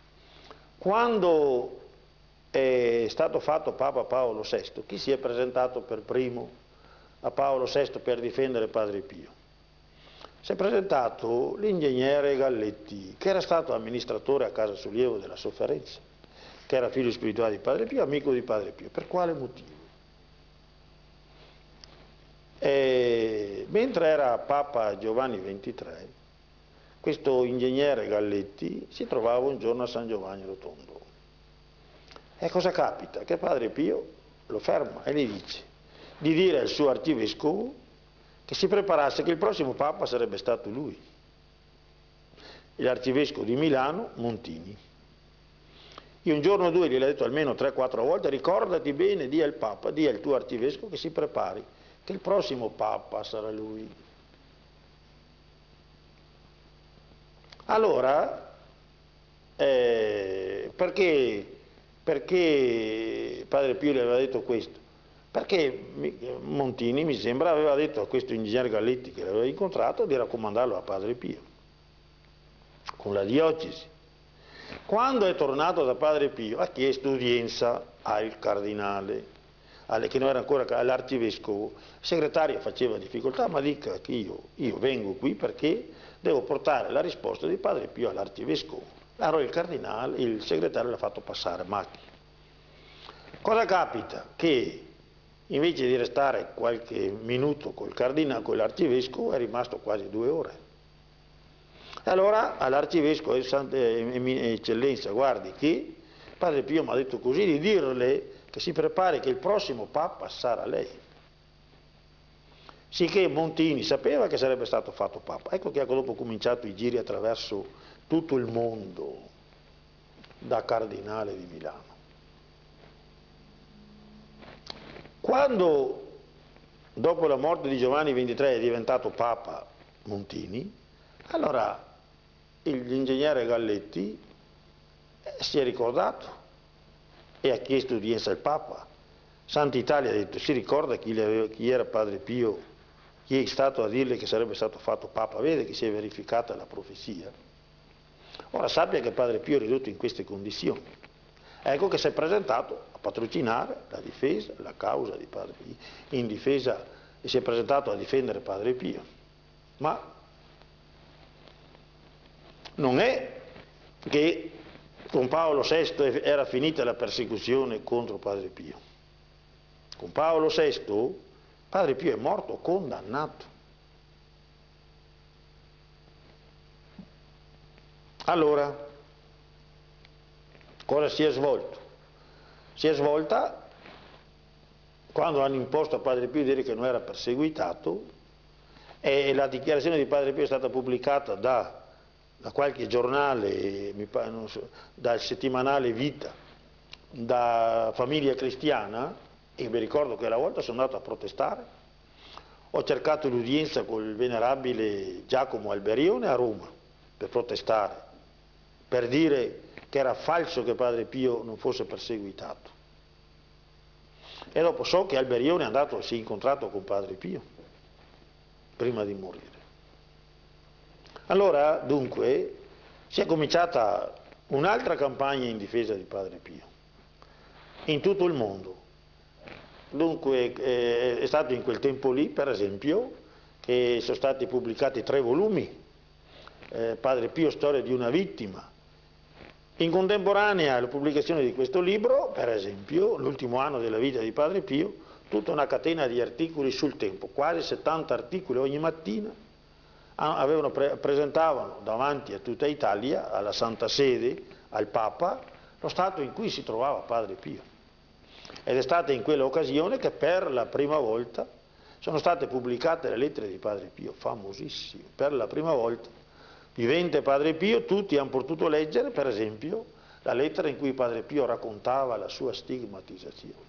Quando è stato fatto Papa Paolo VI, chi si è presentato per primo a Paolo VI per difendere Padre Pio? Si è presentato l'ingegnere Galletti, che era stato amministratore a Casa Sollievo della Sofferenza, che era figlio spirituale di Padre Pio, amico di Padre Pio. Per quale motivo? Mentre era Papa Giovanni XXIII, questo ingegnere Galletti si trovava un giorno a San Giovanni Rotondo. E cosa capita? Che Padre Pio lo ferma e gli dice di dire al suo arcivescovo che si preparasse, che il prossimo Papa sarebbe stato lui, l'arcivescovo di Milano, Montini. Io un giorno o due gliel'ho detto almeno 3-4 volte: ricordati bene, di al Papa, di al tuo arcivescovo che si prepari, che il prossimo Papa sarà lui. Allora, perché Padre Pio le aveva detto questo? Perché Montini, mi sembra, aveva detto a questo ingegnere Galletti che l'aveva incontrato di raccomandarlo a Padre Pio, con la diocesi. Quando è tornato da Padre Pio ha chiesto udienza al cardinale, che non era ancora all'arcivescovo. Il segretario faceva difficoltà, ma dica che io vengo qui perché devo portare la risposta di Padre Pio all'arcivescovo. Allora il segretario l'ha fatto passare, Macchi. Cosa capita? Che invece di restare qualche minuto col cardinale, con l'arcivescovo, è rimasto quasi 2 ore. Allora all'arcivescovo, eccellenza, guardi che Padre Pio mi ha detto così, di dirle che si prepari che il prossimo Papa sarà lei. Sicché Montini sapeva che sarebbe stato fatto Papa. Ecco che dopo cominciato i giri attraverso tutto il mondo da cardinale di Milano. Quando, dopo la morte di Giovanni XXIII, è diventato Papa Montini, allora l'ingegnere Galletti si è ricordato e ha chiesto udienza al Papa. Sant'Italia ha detto: si ricorda chi era Padre Pio, chi è stato a dirle che sarebbe stato fatto Papa? Vede che si è verificata la profezia. Ora sappia che Padre Pio è ridotto in queste condizioni. Ecco che si è presentato a patrocinare la difesa, la causa di Padre Pio, in difesa, e si è presentato a difendere Padre Pio. Ma non è che con Paolo VI era finita la persecuzione contro Padre Pio. Con Paolo VI Padre Pio è morto condannato. Allora, cosa si è svolto? Si è svolta quando hanno imposto a Padre Pio di dire che non era perseguitato, e la dichiarazione di Padre Pio è stata pubblicata da qualche giornale, non so, dal settimanale Vita, da Famiglia Cristiana, e mi ricordo che una volta sono andato a protestare, ho cercato l'udienza con il venerabile Giacomo Alberione a Roma per protestare, per dire che era falso che Padre Pio non fosse perseguitato. E dopo so che Alberione è andato, si è incontrato con Padre Pio prima di morire. Allora, dunque, si è cominciata un'altra campagna in difesa di Padre Pio, in tutto il mondo. Dunque, è stato in quel tempo lì, per esempio, che sono stati pubblicati 3 volumi, Padre Pio, storia di una vittima. In contemporanea alla pubblicazione di questo libro, per esempio, l'ultimo anno della vita di Padre Pio, tutta una catena di articoli sul Tempo, quasi 70 articoli ogni mattina, presentavano davanti a tutta Italia, alla Santa Sede, al Papa, lo stato in cui si trovava Padre Pio. Ed è stata in quella occasione che per la prima volta sono state pubblicate le lettere di Padre Pio, famosissime. Per la prima volta, vivente Padre Pio, tutti hanno potuto leggere, per esempio, la lettera in cui Padre Pio raccontava la sua stigmatizzazione.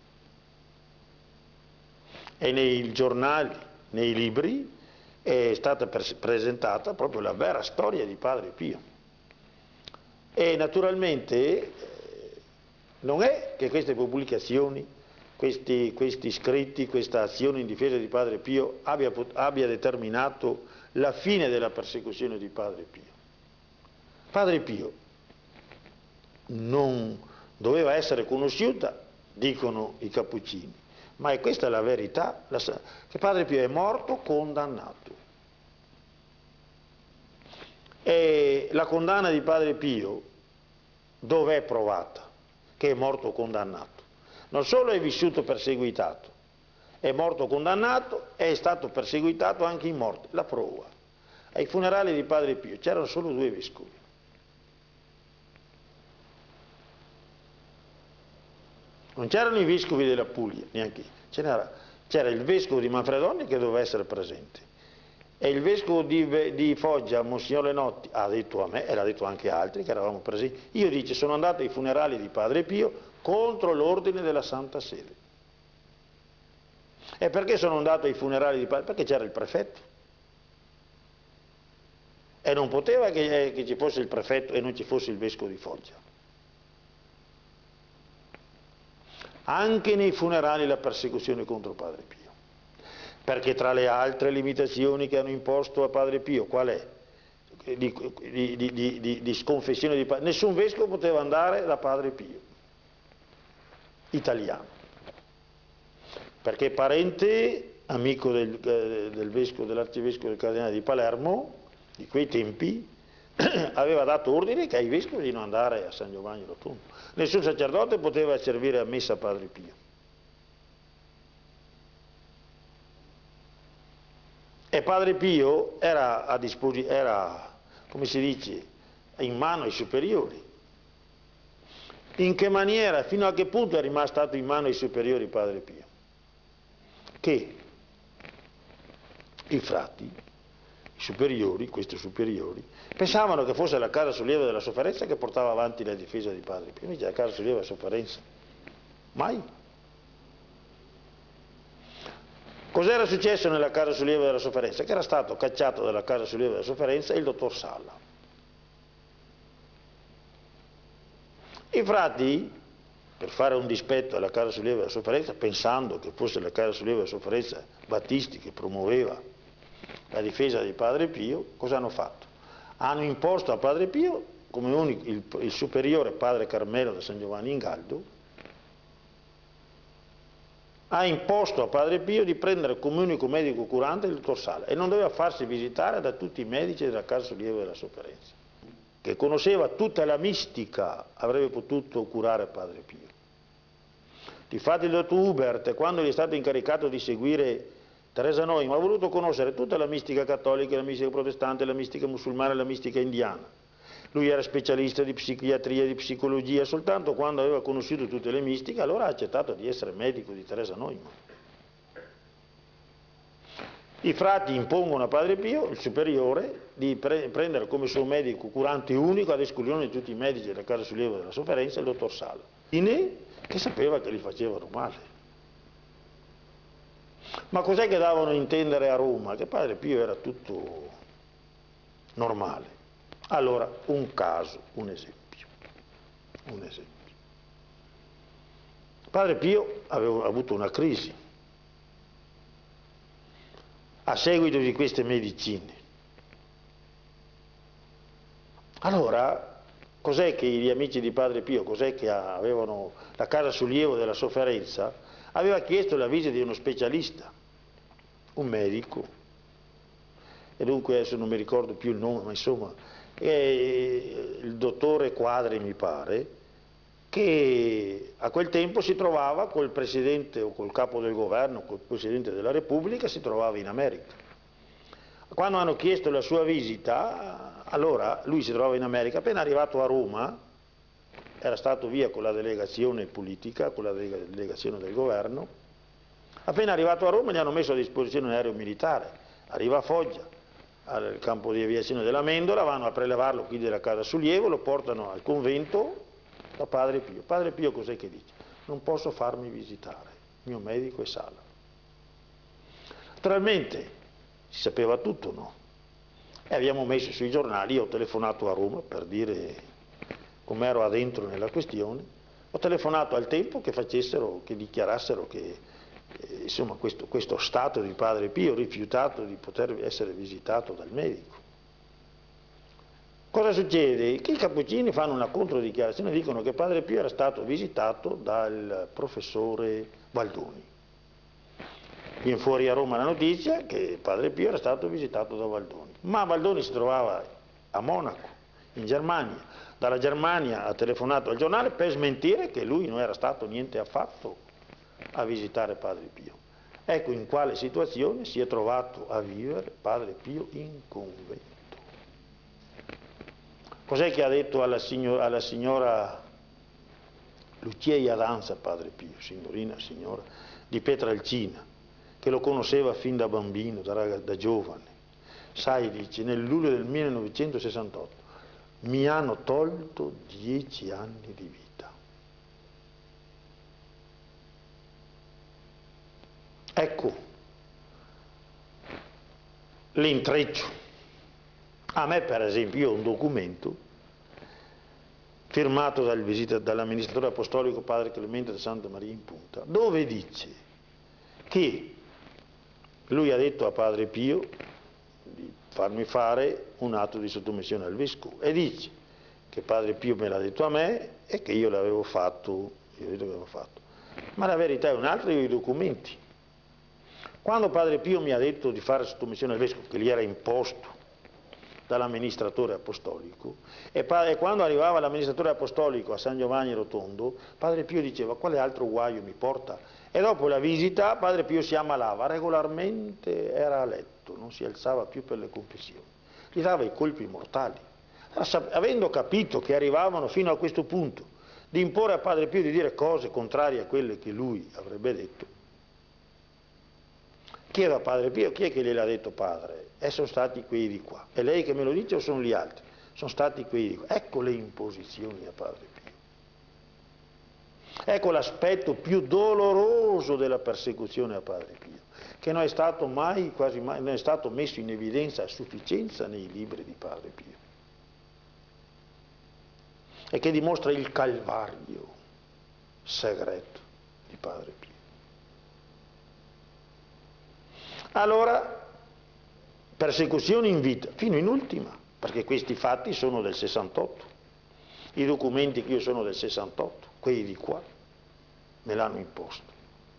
E nei giornali, nei libri, è stata presentata proprio la vera storia di Padre Pio. E naturalmente non è che queste pubblicazioni, questi scritti, questa azione in difesa di Padre Pio abbia determinato la fine della persecuzione di Padre Pio. Padre Pio non doveva essere conosciuta, dicono i cappuccini, ma è questa la verità, che Padre Pio è morto condannato. E la condanna di Padre Pio dov'è provata? Che è morto condannato. Non solo è vissuto perseguitato, è morto condannato e è stato perseguitato anche in morte. La prova. Ai funerali di Padre Pio c'erano solo 2 vescovi. Non c'erano i vescovi della Puglia, neanche. C'era il vescovo di Manfredonia che doveva essere presente. E il vescovo di Foggia, Monsignor Lenotti, ha detto a me, e l'ha detto anche a altri che eravamo presenti, io dice sono andato ai funerali di Padre Pio contro l'ordine della Santa Sede. E perché sono andato ai funerali di Padre Pio? Perché c'era il prefetto. E non poteva che ci fosse il prefetto e non ci fosse il vescovo di Foggia. Anche nei funerali la persecuzione contro Padre Pio. Perché tra le altre limitazioni che hanno imposto a Padre Pio, qual è? Di sconfessione di Padre. Nessun vescovo poteva andare da Padre Pio, italiano, perché parente, amico dell'arcivescovo del Cardinale di Palermo, di quei tempi, aveva dato ordine che ai vescovi di non andare a San Giovanni Rotondo. Nessun sacerdote poteva servire a messa a Padre Pio. E Padre Pio era, come si dice, in mano ai superiori. In che maniera, fino a che punto è rimasto in mano ai superiori Padre Pio? Che i frati, i superiori, questi superiori, pensavano che fosse la Casa Sollievo della Sofferenza che portava avanti la difesa di Padre Pio. Invece la Casa Sollievo della Sofferenza, mai. Cos'era successo nella Casa Sollievo della Sofferenza? Che era stato cacciato dalla Casa Sollievo della Sofferenza il dottor Sala. I frati, per fare un dispetto alla Casa Sollievo della Sofferenza, pensando che fosse la Casa Sollievo della Sofferenza Battisti che promuoveva la difesa di Padre Pio, cosa hanno fatto? Hanno imposto a Padre Pio, come unico, il superiore Padre Carmelo da San Giovanni in Galdo, ha imposto a Padre Pio di prendere come unico medico curante il dottor Sala e non doveva farsi visitare da tutti i medici della Casa Sollievo della Sofferenza, che conosceva tutta la mistica, avrebbe potuto curare Padre Pio. Difatti il dottor Hubert, quando gli è stato incaricato di seguire Teresa Neumann, ha voluto conoscere tutta la mistica cattolica, la mistica protestante, la mistica musulmana e la mistica indiana. Lui era specialista di psichiatria, di psicologia, soltanto quando aveva conosciuto tutte le mistiche, allora ha accettato di essere medico di Teresa Neumann. I frati impongono a Padre Pio, il superiore, di prendere come suo medico curante unico, ad esclusione di tutti i medici della Casa Sollievo della Sofferenza, il dottor Sala, che sapeva che li facevano male. Ma cos'è che davano a intendere a Roma? Che Padre Pio era tutto normale. Allora, un caso, un esempio. Padre Pio aveva avuto una crisi a seguito di queste medicine. Allora, cos'è che gli amici di Padre Pio, cos'è che avevano la Casa Sollievo della Sofferenza, aveva chiesto la visita di uno specialista, un medico, e dunque adesso non mi ricordo più il nome, ma insomma, il dottore Quadri mi pare, che a quel tempo si trovava col presidente o col capo del governo, col presidente della Repubblica, si trovava in America. Quando hanno chiesto la sua visita, allora lui si trovava in America, appena arrivato a Roma, era stato via con la delegazione politica, con la delegazione del governo, appena arrivato a Roma gli hanno messo a disposizione un aereo militare, arriva a Foggia, al campo di aviazione della Mendola, vanno a prelevarlo qui della Casa Sollievo, lo portano al convento da Padre Pio. Padre Pio cos'è che dice? Non posso farmi visitare, il mio medico è Sala. Naturalmente si sapeva tutto, no? E abbiamo messo sui giornali, io ho telefonato a Roma per dire com'ero addentro nella questione, ho telefonato al tempo che dichiarassero che insomma questo stato di Padre Pio rifiutato di poter essere visitato dal medico. Cosa succede? Che i cappuccini fanno una controdichiarazione e dicono che Padre Pio era stato visitato dal professore Baldoni. Viene fuori a Roma la notizia che Padre Pio era stato visitato da Baldoni, ma Baldoni si trovava a Monaco, in Germania. Dalla Germania ha telefonato al giornale per smentire che lui non era stato niente affatto a visitare Padre Pio. Ecco in quale situazione si è trovato a vivere Padre Pio in convento. Cos'è che ha detto alla signora Lucia Iadanza Padre Pio, signorina signora di Pietralcina, che lo conosceva fin da bambino, da giovane? Sai, dice, nel luglio del 1968 mi hanno tolto 10 anni di vita. Ecco l'intreccio. A me, per esempio, io ho un documento firmato dall'amministratore apostolico Padre Clemente da Santa Maria in Punta, dove dice che lui ha detto a Padre Pio di farmi fare un atto di sottomissione al Vescovo e dice che Padre Pio me l'ha detto a me e che io l'avevo fatto, ma la verità è un'altra, io ho i documenti. Quando Padre Pio mi ha detto di fare sottomissione al Vescovo, che gli era imposto dall'amministratore apostolico, e quando arrivava l'amministratore apostolico a San Giovanni Rotondo, Padre Pio diceva: quale altro guaio mi porta? E dopo la visita Padre Pio si ammalava, regolarmente era a letto, non si alzava più per le confessioni, gli dava i colpi mortali. Avendo capito che arrivavano fino a questo punto di imporre a Padre Pio di dire cose contrarie a quelle che lui avrebbe detto, chiedo a Padre Pio: chi è che gliel'ha detto padre? E sono stati quei di qua. È lei che me lo dice o sono gli altri? Sono stati quei di qua. Ecco le imposizioni a Padre Pio. Ecco l'aspetto più doloroso della persecuzione a Padre Pio, che non è stato mai, quasi mai, non è stato messo in evidenza a sufficienza nei libri di Padre Pio, e che dimostra il calvario segreto di Padre Pio. Allora, persecuzione in vita, fino in ultima, perché questi fatti sono del 68, i documenti che io sono del 68, quelli di qua, me l'hanno imposto.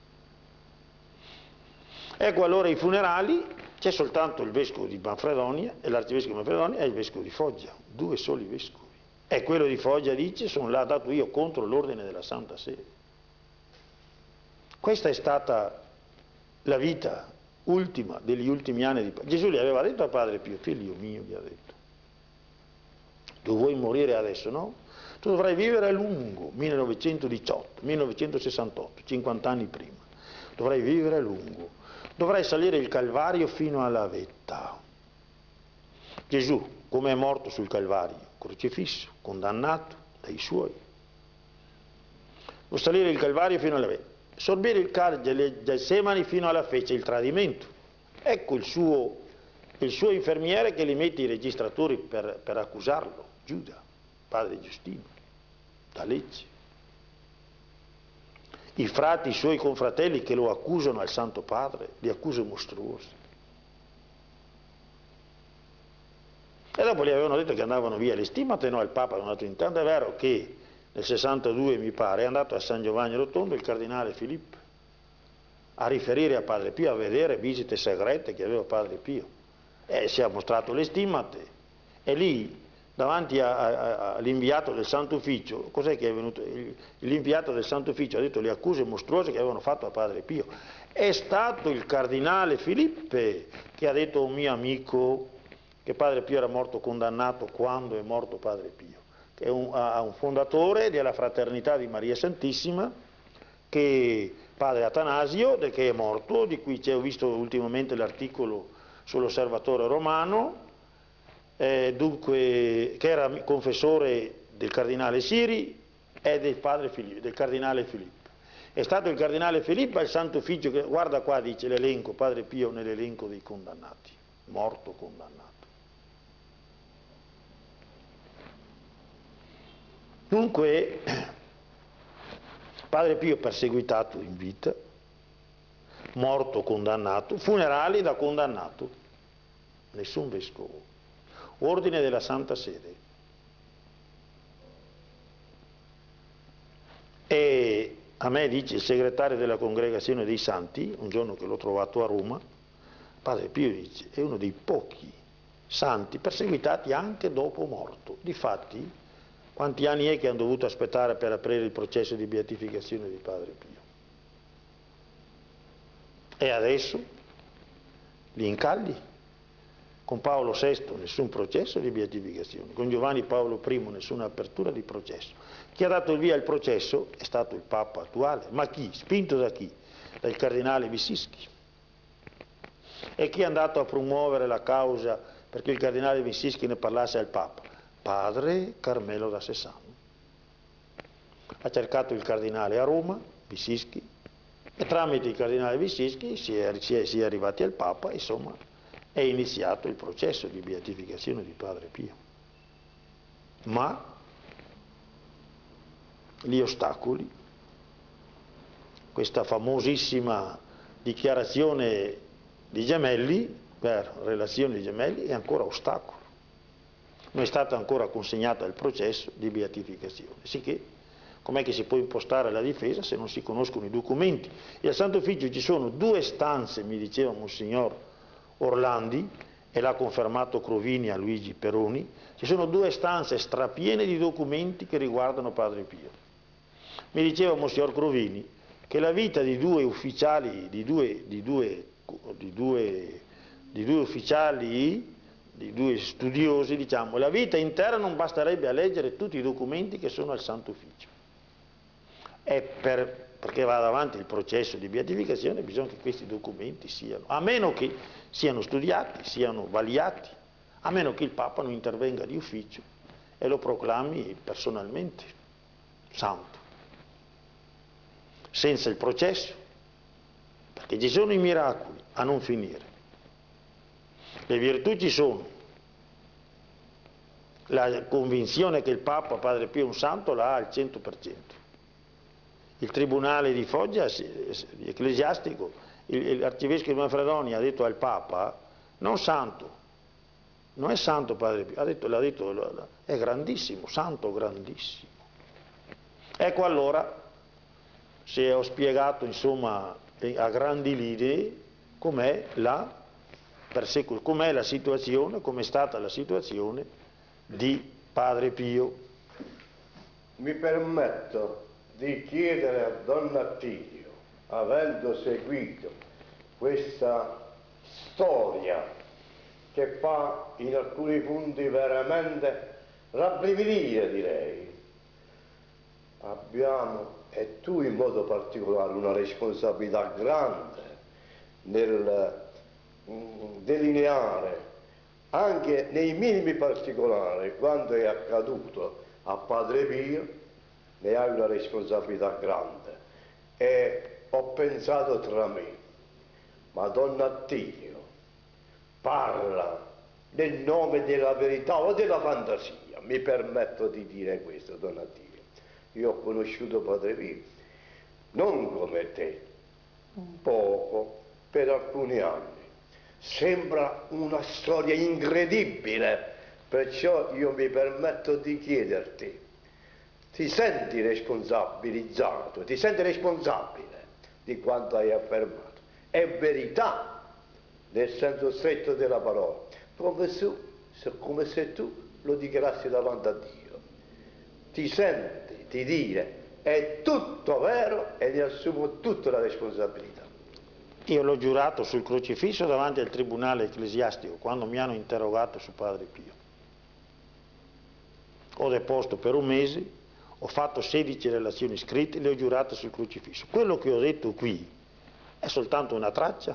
Ecco allora i funerali, c'è soltanto il vescovo di Manfredonia e l'arcivescovo di Manfredonia e il vescovo di Foggia, 2 soli vescovi. E quello di Foggia dice: sono là dato io contro l'ordine della Santa Sede. Questa è stata la vita ultima degli ultimi anni di Gesù. Gli aveva detto a Padre Pio: figlio mio, gli ha detto, tu vuoi morire adesso, no? Tu dovrai vivere a lungo, 1918, 1968, 50 anni prima. dovrai vivere a lungo, dovrai salire il Calvario fino alla vetta. Gesù, come è morto sul Calvario, crocifisso, condannato dai suoi, può salire il Calvario fino alla vetta, sorbire il calice del Getsemani fino alla fece, il tradimento. Ecco il suo infermiere che gli mette i registratori per accusarlo, Giuda, padre Giustino, da Lecce. I frati, i suoi confratelli che lo accusano al Santo Padre, di accuse mostruose. E dopo gli avevano detto che andavano via le stimate, no, il Papa è andato in tanto. È vero che nel 62, mi pare, è andato a San Giovanni Rotondo il cardinale Filippo a riferire a Padre Pio, a vedere visite segrete che aveva Padre Pio. E si è mostrato le stimate. E lì, davanti all'inviato del Santo Ufficio, cos'è che è venuto? L'inviato del Santo Ufficio ha detto le accuse mostruose che avevano fatto a Padre Pio. È stato il cardinale Filippe che ha detto a un mio amico che Padre Pio era morto condannato quando è morto Padre Pio, che è un fondatore della Fraternità di Maria Santissima, che Padre Atanasio, che è morto, di cui ho visto ultimamente l'articolo sull'Osservatore Romano, dunque, che era confessore del cardinale Siri e del padre Filippo, del cardinale Filippo. È stato il cardinale Filippo al Santo Ufficio che, guarda qua, dice l'elenco, Padre Pio nell'elenco dei condannati, morto condannato. Dunque, Padre Pio perseguitato in vita, morto condannato, funerali da condannato, nessun vescovo, ordine della Santa Sede. E a me dice il segretario della Congregazione dei Santi, un giorno che l'ho trovato a Roma, Padre Pio dice, è uno dei pochi santi perseguitati anche dopo morto. Difatti, quanti anni è che hanno dovuto aspettare per aprire il processo di beatificazione di Padre Pio? E adesso li incagli. Con Paolo VI nessun processo di beatificazione, con Giovanni Paolo I nessuna apertura di processo. Chi ha dato il via al processo è stato il Papa attuale, ma chi? Spinto da chi? Dal cardinale Wyszyński. E chi è andato a promuovere la causa perché il cardinale Wyszyński ne parlasse al Papa? Padre Carmelo da Sessano. Ha cercato il cardinale a Roma, Wyszyński, e tramite il cardinale Wyszyński si è arrivati al Papa, insomma, è iniziato il processo di beatificazione di Padre Pio. Ma gli ostacoli, questa famosissima dichiarazione di Gemelli, per relazione di Gemelli, è ancora ostacolo. Non è stato ancora consegnato al processo di beatificazione, sicché com'è che si può impostare la difesa se non si conoscono i documenti? E al Santo Ufficio ci sono due stanze, mi diceva Monsignor Orlandi, e l'ha confermato Crovini a Luigi Peroni, ci sono due stanze strapiene di documenti che riguardano Padre Pio. Mi diceva Monsignor Crovini che la vita di due ufficiali, di due ufficiali, di due studiosi, diciamo, la vita intera non basterebbe a leggere tutti i documenti che sono al Santo Ufficio. E perché vada avanti il processo di beatificazione bisogna che questi documenti siano, a meno che siano studiati, siano vagliati, a meno che il Papa non intervenga di ufficio e lo proclami personalmente santo. Senza il processo, perché ci sono i miracoli a non finire. Le virtù ci sono, la convinzione che il Papa, Padre Pio, è un santo, la ha al 100%. Il tribunale di Foggia, ecclesiastico, l'arcivescovo di Manfredonia ha detto al Papa, non santo, non è santo Padre Pio, l'ha detto, è grandissimo, santo grandissimo. Ecco allora, se ho spiegato insomma a grandi linee com'è la situazione, com'è stata la situazione di Padre Pio. Mi permetto di chiedere a Don Attilio, avendo seguito questa storia che fa in alcuni punti veramente rabbrividire, direi. Abbiamo e tu in modo particolare una responsabilità grande nel delineare anche nei minimi particolari quanto è accaduto a Padre Pio, ne hai una responsabilità grande. E ho pensato tra me, Madonna Attilio parla nel nome della verità o della fantasia, mi permetto di dire questo, Donna Attilio. Io ho conosciuto Padre Pio, non come te, poco, per alcuni anni. Sembra una storia incredibile, perciò io mi permetto di chiederti, ti senti responsabilizzato, ti senti responsabile di quanto hai affermato? È verità, nel senso stretto della parola, come se tu lo dichiarassi davanti a Dio. Ti senti di dire è tutto vero e ne assumo tutta la responsabilità. Io l'ho giurato sul crocifisso davanti al tribunale ecclesiastico quando mi hanno interrogato su Padre Pio. Ho deposto per un mese, ho fatto 16 relazioni scritte e le ho giurate sul crocifisso. Quello che ho detto qui è soltanto una traccia,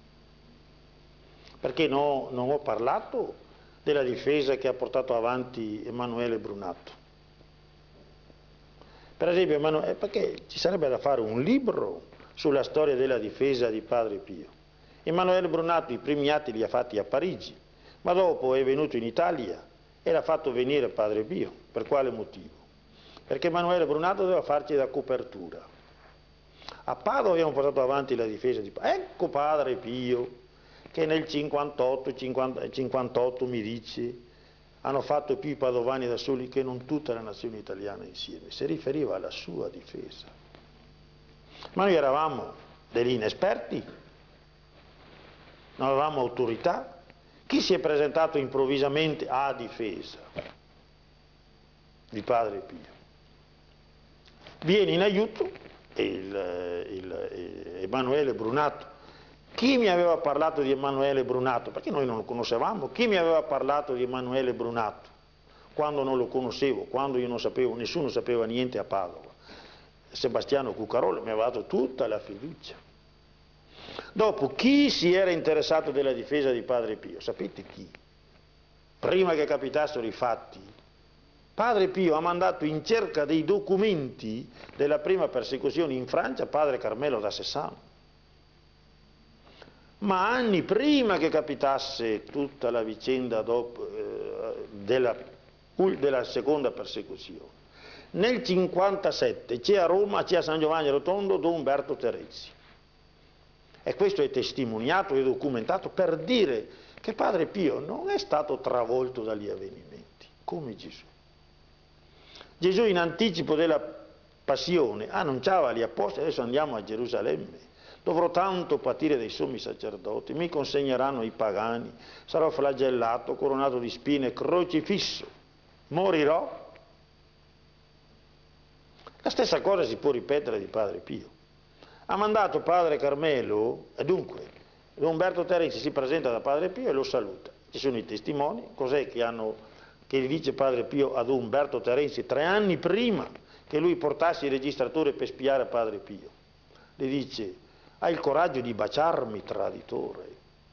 perché non ho parlato della difesa che ha portato avanti Emanuele Brunatto. Per esempio, perché ci sarebbe da fare un libro sulla storia della difesa di Padre Pio. Emanuele Brunatto i primi atti li ha fatti a Parigi, ma dopo è venuto in Italia e l'ha fatto venire Padre Pio. Per quale motivo? Perché Emanuele Brunatto doveva farci da copertura. A Padova abbiamo portato avanti la difesa di Padre. Ecco Padre Pio, che nel 58 mi dice hanno fatto più i padovani da soli che non tutta la nazione italiana insieme. Si riferiva alla sua difesa. Ma noi eravamo degli inesperti, non avevamo autorità. Chi si è presentato improvvisamente a difesa di Padre Pio? Viene in aiuto Emanuele Brunatto. Chi mi aveva parlato di Emanuele Brunatto? Perché noi non lo conoscevamo. Chi mi aveva parlato di Emanuele Brunatto? Quando non lo conoscevo, quando io non sapevo, nessuno sapeva niente a Padova. Sebastiano Cuccarola mi aveva dato tutta la fiducia. Dopo, chi si era interessato della difesa di Padre Pio? Sapete chi? Prima che capitassero i fatti, Padre Pio ha mandato in cerca dei documenti della prima persecuzione in Francia Padre Carmelo da Sessano. Ma anni prima che capitasse tutta la vicenda della seconda persecuzione, nel 1957 c'è a Roma, c'è a San Giovanni Rotondo Don Umberto Teresi. E questo è testimoniato e documentato per dire che Padre Pio non è stato travolto dagli avvenimenti, come Gesù. Gesù in anticipo della passione annunciava agli apostoli: adesso andiamo a Gerusalemme, dovrò tanto patire dai sommi sacerdoti, mi consegneranno ai pagani, sarò flagellato, coronato di spine, crocifisso, morirò. La stessa cosa si può ripetere di Padre Pio. Ha mandato Padre Carmelo, e dunque Umberto Teresi si presenta da Padre Pio e lo saluta. Ci sono i testimoni. Cos'è che gli dice Padre Pio ad Umberto Teresi 3 anni prima che lui portasse il registratore per spiare Padre Pio? Le dice: hai il coraggio di baciarmi, traditore.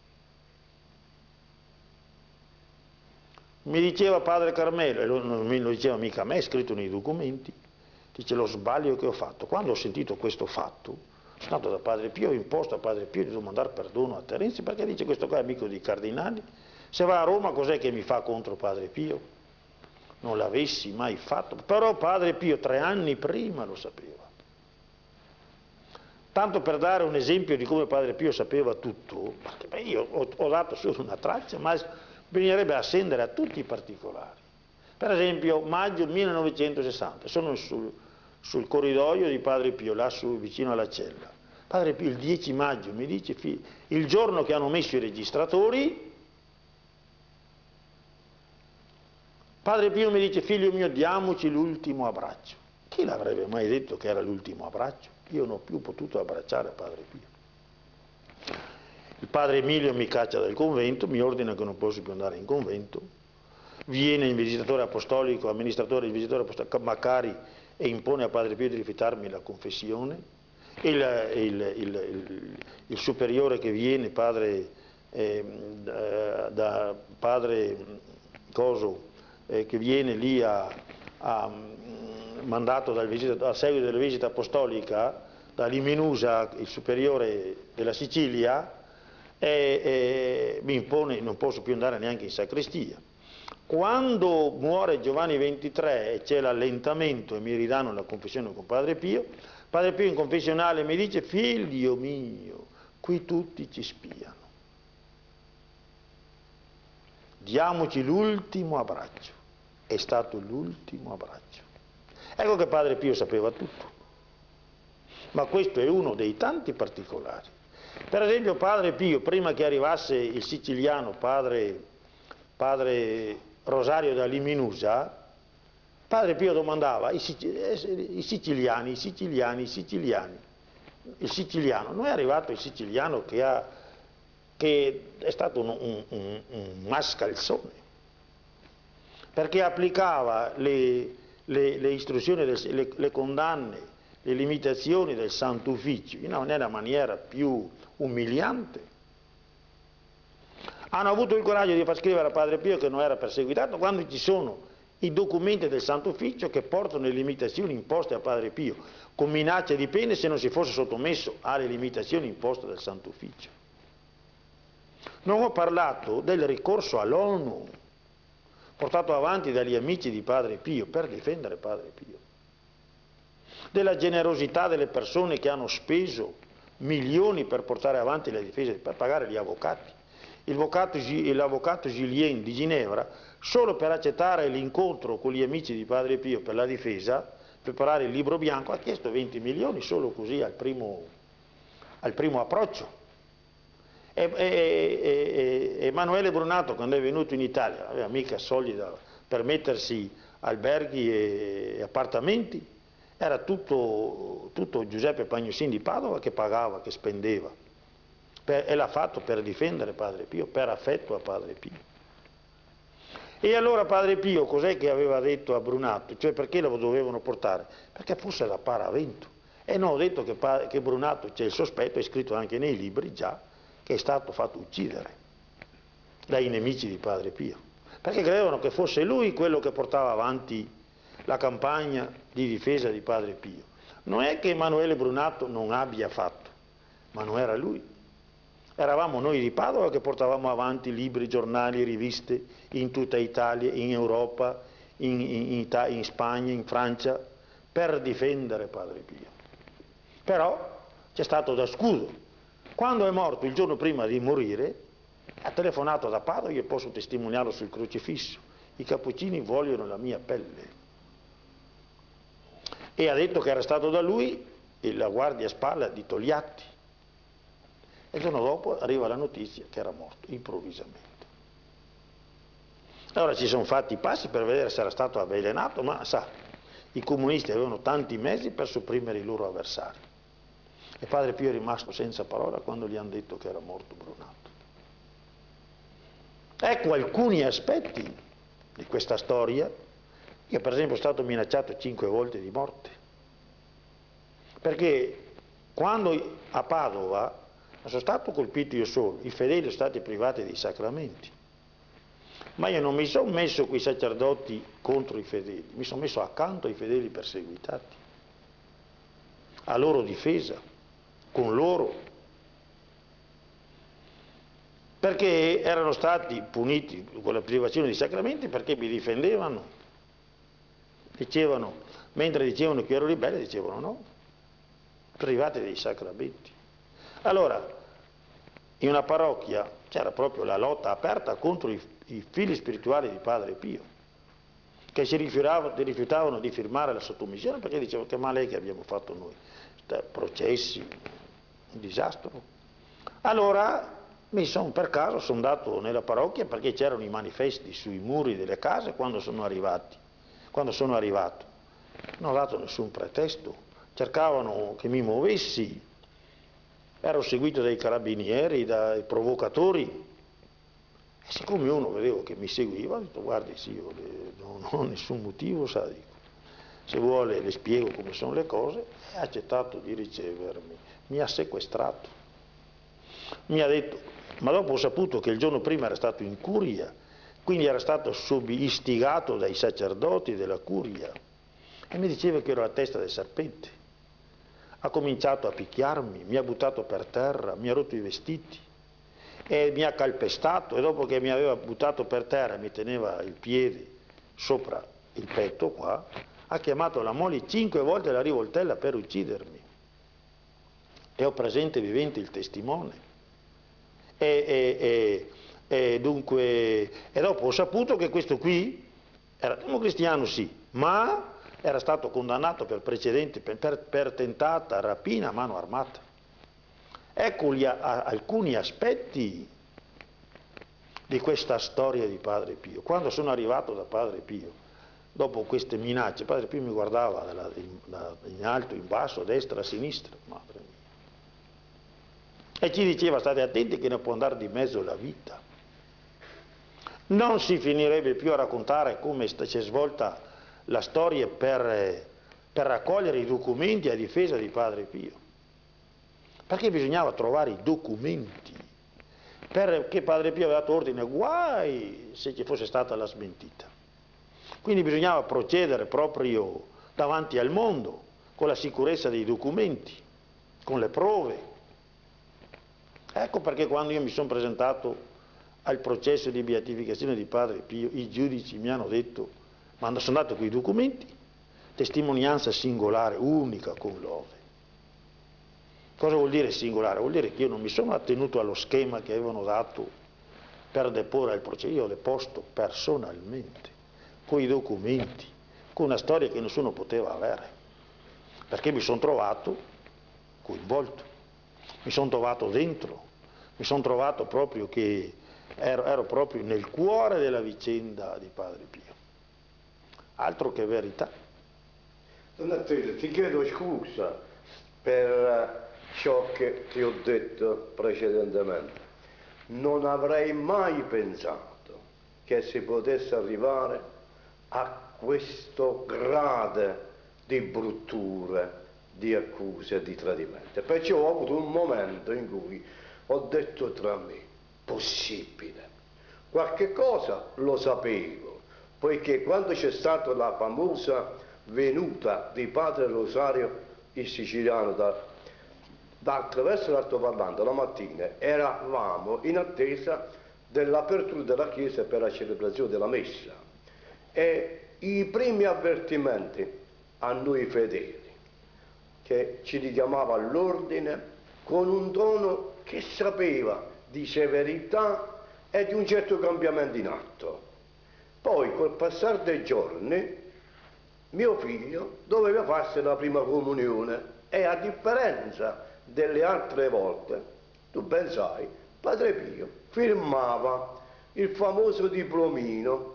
Mi diceva Padre Carmelo, e non me lo diceva mica a me, è scritto nei documenti, dice: lo sbaglio che ho fatto. Quando ho sentito questo fatto, sono andato da Padre Pio, ho imposto a Padre Pio di domandare perdono a Teresi, perché dice: questo qua è amico dei cardinali, se va a Roma cos'è che mi fa contro Padre Pio? Non l'avessi mai fatto. Però Padre Pio 3 anni prima lo sapeva. Tanto per dare un esempio di come Padre Pio sapeva tutto, perché io ho dato solo una traccia, ma bisognerebbe accendere a tutti i particolari. Per esempio, maggio 1960, sono sul corridoio di Padre Pio, là vicino alla cella. Padre Pio il 10 maggio mi dice: il giorno che hanno messo i registratori, Padre Pio mi dice: figlio mio, diamoci l'ultimo abbraccio. Chi l'avrebbe mai detto che era l'ultimo abbraccio? Io non ho più potuto abbracciare Padre Pio. Il padre Emilio mi caccia dal convento, mi ordina che non posso più andare in convento. Viene il visitatore apostolico, amministratore del visitatore apostolico Maccari, e impone a Padre Pio di rifiutarmi la confessione, il superiore che viene, da padre Coso, che viene lì mandato a seguito della visita apostolica da Liminusa, il superiore della Sicilia, mi impone, non posso più andare neanche in sacrestia. Quando muore Giovanni XXIII e c'è l'allentamento e mi ridanno la confessione con Padre Pio in confessionale mi dice: figlio mio, qui tutti ci spiano, diamoci l'ultimo abbraccio. È stato l'ultimo abbraccio. Ecco che Padre Pio sapeva tutto, ma questo è uno dei tanti particolari. Per esempio Padre Pio, prima che arrivasse il siciliano padre Rosario da Liminusa, Padre Pio domandava i siciliani. Il siciliano, non è arrivato il siciliano che è stato un mascalzone, perché applicava le istruzioni, le condanne, le limitazioni del Santo Ufficio nella maniera più umiliante. Hanno avuto il coraggio di far scrivere a Padre Pio che non era perseguitato, quando ci sono i documenti del Santo Ufficio che portano le limitazioni imposte a Padre Pio, con minacce di pene se non si fosse sottomesso alle limitazioni imposte dal Santo Ufficio. Non ho parlato del ricorso all'ONU, portato avanti dagli amici di Padre Pio per difendere Padre Pio, della generosità delle persone che hanno speso milioni per portare avanti la difesa, per pagare gli avvocati. L'avvocato Julien di Ginevra, solo per accettare l'incontro con gli amici di Padre Pio per la difesa, preparare il libro bianco, ha chiesto 20 milioni solo così al primo approccio. Emanuele Brunato, quando è venuto in Italia, non aveva mica soldi per mettersi alberghi e appartamenti, era tutto Giuseppe Pagnosin di Padova che pagava, che spendeva, e l'ha fatto per difendere Padre Pio, per affetto a Padre Pio. E allora Padre Pio cos'è che aveva detto a Brunato? Cioè, perché lo dovevano portare? Perché fosse la paravento. E non ho detto che Brunato, c'è il sospetto, è scritto anche nei libri già, che è stato fatto uccidere dai nemici di Padre Pio, perché credevano che fosse lui quello che portava avanti la campagna di difesa di Padre Pio. Non è che Emanuele Brunato non abbia fatto, ma non era lui. Eravamo noi di Padova che portavamo avanti libri, giornali, riviste in tutta Italia, in Europa, in Spagna, in Francia, per difendere Padre Pio. Però c'è stato da scudo. Quando è morto, il giorno prima di morire, ha telefonato da Padova, io posso testimoniarlo sul crocifisso: i cappuccini vogliono la mia pelle. E ha detto che era stato da lui la guardaspalla di Togliatti. E il giorno dopo arriva la notizia che era morto improvvisamente. Allora ci sono fatti i passi per vedere se era stato avvelenato, ma sa, i comunisti avevano tanti mezzi per sopprimere i loro avversari. E Padre Pio è rimasto senza parola quando gli hanno detto che era morto Brunato. Ecco alcuni aspetti di questa storia. Io per esempio sono stato minacciato 5 volte di morte, perché quando a Padova non sono stato colpito io solo, i fedeli sono stati privati dei sacramenti, ma io non mi sono messo coi sacerdoti contro i fedeli, mi sono messo accanto ai fedeli perseguitati, a loro difesa, con loro, perché erano stati puniti con la privazione dei sacramenti perché mi difendevano. Dicevano, mentre dicevano che ero ribelle, dicevano no, privati dei sacramenti. Allora, in una parrocchia c'era proprio la lotta aperta contro i figli spirituali di Padre Pio, che si rifiutavano di firmare la sottomissione perché dicevano che male che abbiamo fatto noi, processi, un disastro. Allora, per caso sono andato nella parrocchia perché c'erano i manifesti sui muri delle case quando sono arrivato, non ho dato nessun pretesto, cercavano che mi muovessi, ero seguito dai carabinieri, dai provocatori, e siccome uno vedevo che mi seguiva, ho detto guardi sì, io non ho nessun motivo, sa, dico, se vuole le spiego come sono le cose, e ha accettato di ricevermi, mi ha sequestrato, mi ha detto, ma dopo ho saputo che il giorno prima era stato in curia, quindi era stato istigato dai sacerdoti della curia, e mi diceva che ero la testa del serpente. Ha cominciato a picchiarmi, mi ha buttato per terra, mi ha rotto i vestiti e mi ha calpestato, e dopo che mi aveva buttato per terra, mi teneva il piede sopra il petto qua, ha chiamato la moglie 5 volte la rivoltella per uccidermi. E ho presente vivente il testimone. Dunque, dopo ho saputo che questo qui era democristiano, sì, ma era stato condannato per precedenti, per tentata rapina a mano armata. Ecco alcuni aspetti di questa storia di Padre Pio. Quando sono arrivato da Padre Pio, dopo queste minacce, Padre Pio mi guardava in alto, in basso, a destra, a sinistra, madre mia, e ci diceva: state attenti che ne può andare di mezzo la vita. Non si finirebbe più a raccontare come si è svolta la storia per raccogliere i documenti a difesa di Padre Pio, perché bisognava trovare i documenti, perché Padre Pio aveva dato ordine, guai se ci fosse stata la smentita. Quindi bisognava procedere proprio davanti al mondo, con la sicurezza dei documenti, con le prove. Ecco perché quando io mi sono presentato al processo di beatificazione di Padre Pio, i giudici mi hanno detto: ma sono andato con i documenti, testimonianza singolare, unica con lode. Cosa vuol dire singolare? Vuol dire che io non mi sono attenuto allo schema che avevano dato per deporre al processo, io l'ho posto personalmente, con i documenti, con una storia che nessuno poteva avere, perché mi sono trovato coinvolto, mi sono trovato dentro, mi sono trovato proprio che ero proprio nel cuore della vicenda di Padre Pio. Altro che verità. Donatello, ti chiedo scusa per ciò che ti ho detto precedentemente. Non avrei mai pensato che si potesse arrivare a questo grado di brutture, di accuse, di tradimento. Perciò ho avuto un momento in cui ho detto tra me: possibile, qualche cosa lo sapevo, poiché quando c'è stata la famosa venuta di Padre Rosario, il siciliano, attraverso l'altoparlante la mattina, eravamo in attesa dell'apertura della chiesa per la celebrazione della messa, e i primi avvertimenti a noi fedeli, che ci richiamava all'ordine con un tono che sapeva di severità e di un certo cambiamento in atto. Poi, col passare dei giorni, mio figlio doveva farsi la prima comunione, e a differenza delle altre volte, tu ben sai, Padre Pio firmava il famoso diplomino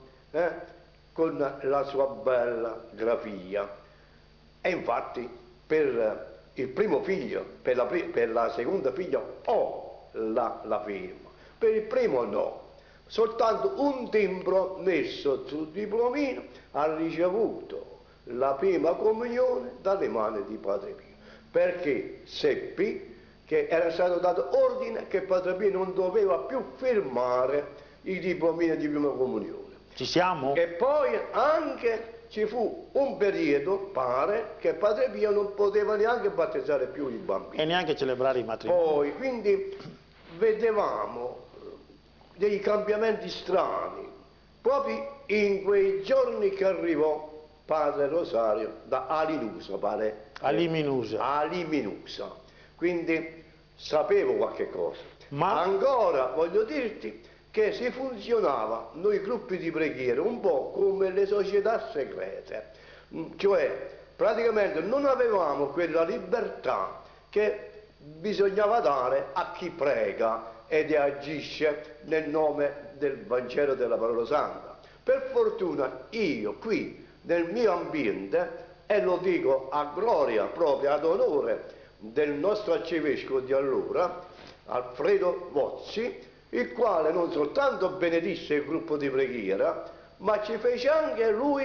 con la sua bella grafia. E infatti per il primo figlio, per la seconda figlia ho la firma, per il primo no. Soltanto un timbro messo sul diplomino ha ricevuto la prima comunione dalle mani di Padre Pio, perché seppi che era stato dato ordine che Padre Pio non doveva più firmare i diplomini di prima comunione. Ci siamo? E poi anche ci fu un periodo, pare, che Padre Pio non poteva neanche battezzare più i bambini. E neanche celebrare i matrimoni. Poi, quindi, vedevamo dei cambiamenti strani, proprio in quei giorni che arrivò Padre Rosario da Alinusa, pare. Aliminusa. Aliminusa. Quindi sapevo qualche cosa. Ma ancora voglio dirti che si funzionava noi gruppi di preghiera un po' come le società segrete, cioè praticamente non avevamo quella libertà che bisognava dare a chi prega ed agisce nel nome del Vangelo della Parola Santa. Per fortuna io qui nel mio ambiente, e lo dico a gloria proprio, ad onore del nostro arcivescovo di allora, Alfredo Vozzi, il quale non soltanto benedisse il gruppo di preghiera, ma ci fece anche lui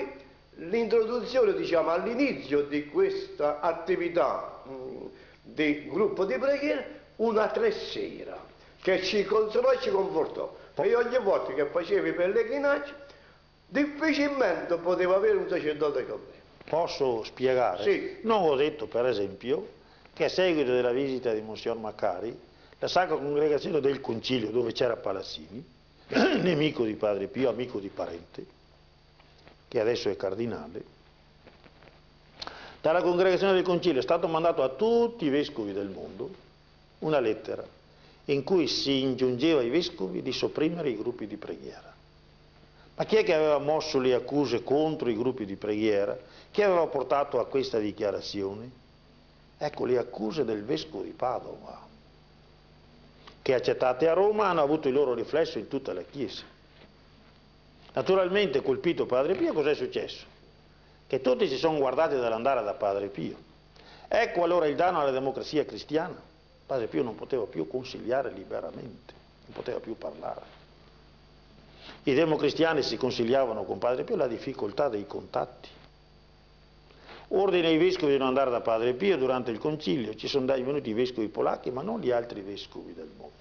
l'introduzione, diciamo, all'inizio di questa attività di gruppo di preghiera, una tresera che ci consolò e ci confortò. E ogni volta che facevi i pellegrinaggi, difficilmente poteva avere un sacerdote con me. Posso spiegare? Sì. Non ho detto, per esempio, che a seguito della visita di Monsignor Maccari, la Sacra Congregazione del Concilio, dove c'era Palazzini, nemico di Padre Pio, amico di Parente, che adesso è cardinale, dalla Congregazione del Concilio è stato mandato a tutti i vescovi del mondo una lettera in cui si ingiungeva ai vescovi di sopprimere i gruppi di preghiera. Ma chi è che aveva mosso le accuse contro i gruppi di preghiera? Chi aveva portato a questa dichiarazione? Ecco, le accuse del vescovo di Padova, che accettate a Roma hanno avuto il loro riflesso in tutta la Chiesa. Naturalmente, colpito Padre Pio, cos'è successo? Che tutti si sono guardati dall'andare da Padre Pio. Ecco allora il danno alla democrazia cristiana. Padre Pio non poteva più consigliare liberamente, non poteva più parlare. I democristiani si consigliavano con Padre Pio la difficoltà dei contatti. Ordine ai vescovi di non andare da Padre Pio durante il concilio, ci sono venuti i vescovi polacchi, ma non gli altri vescovi del mondo.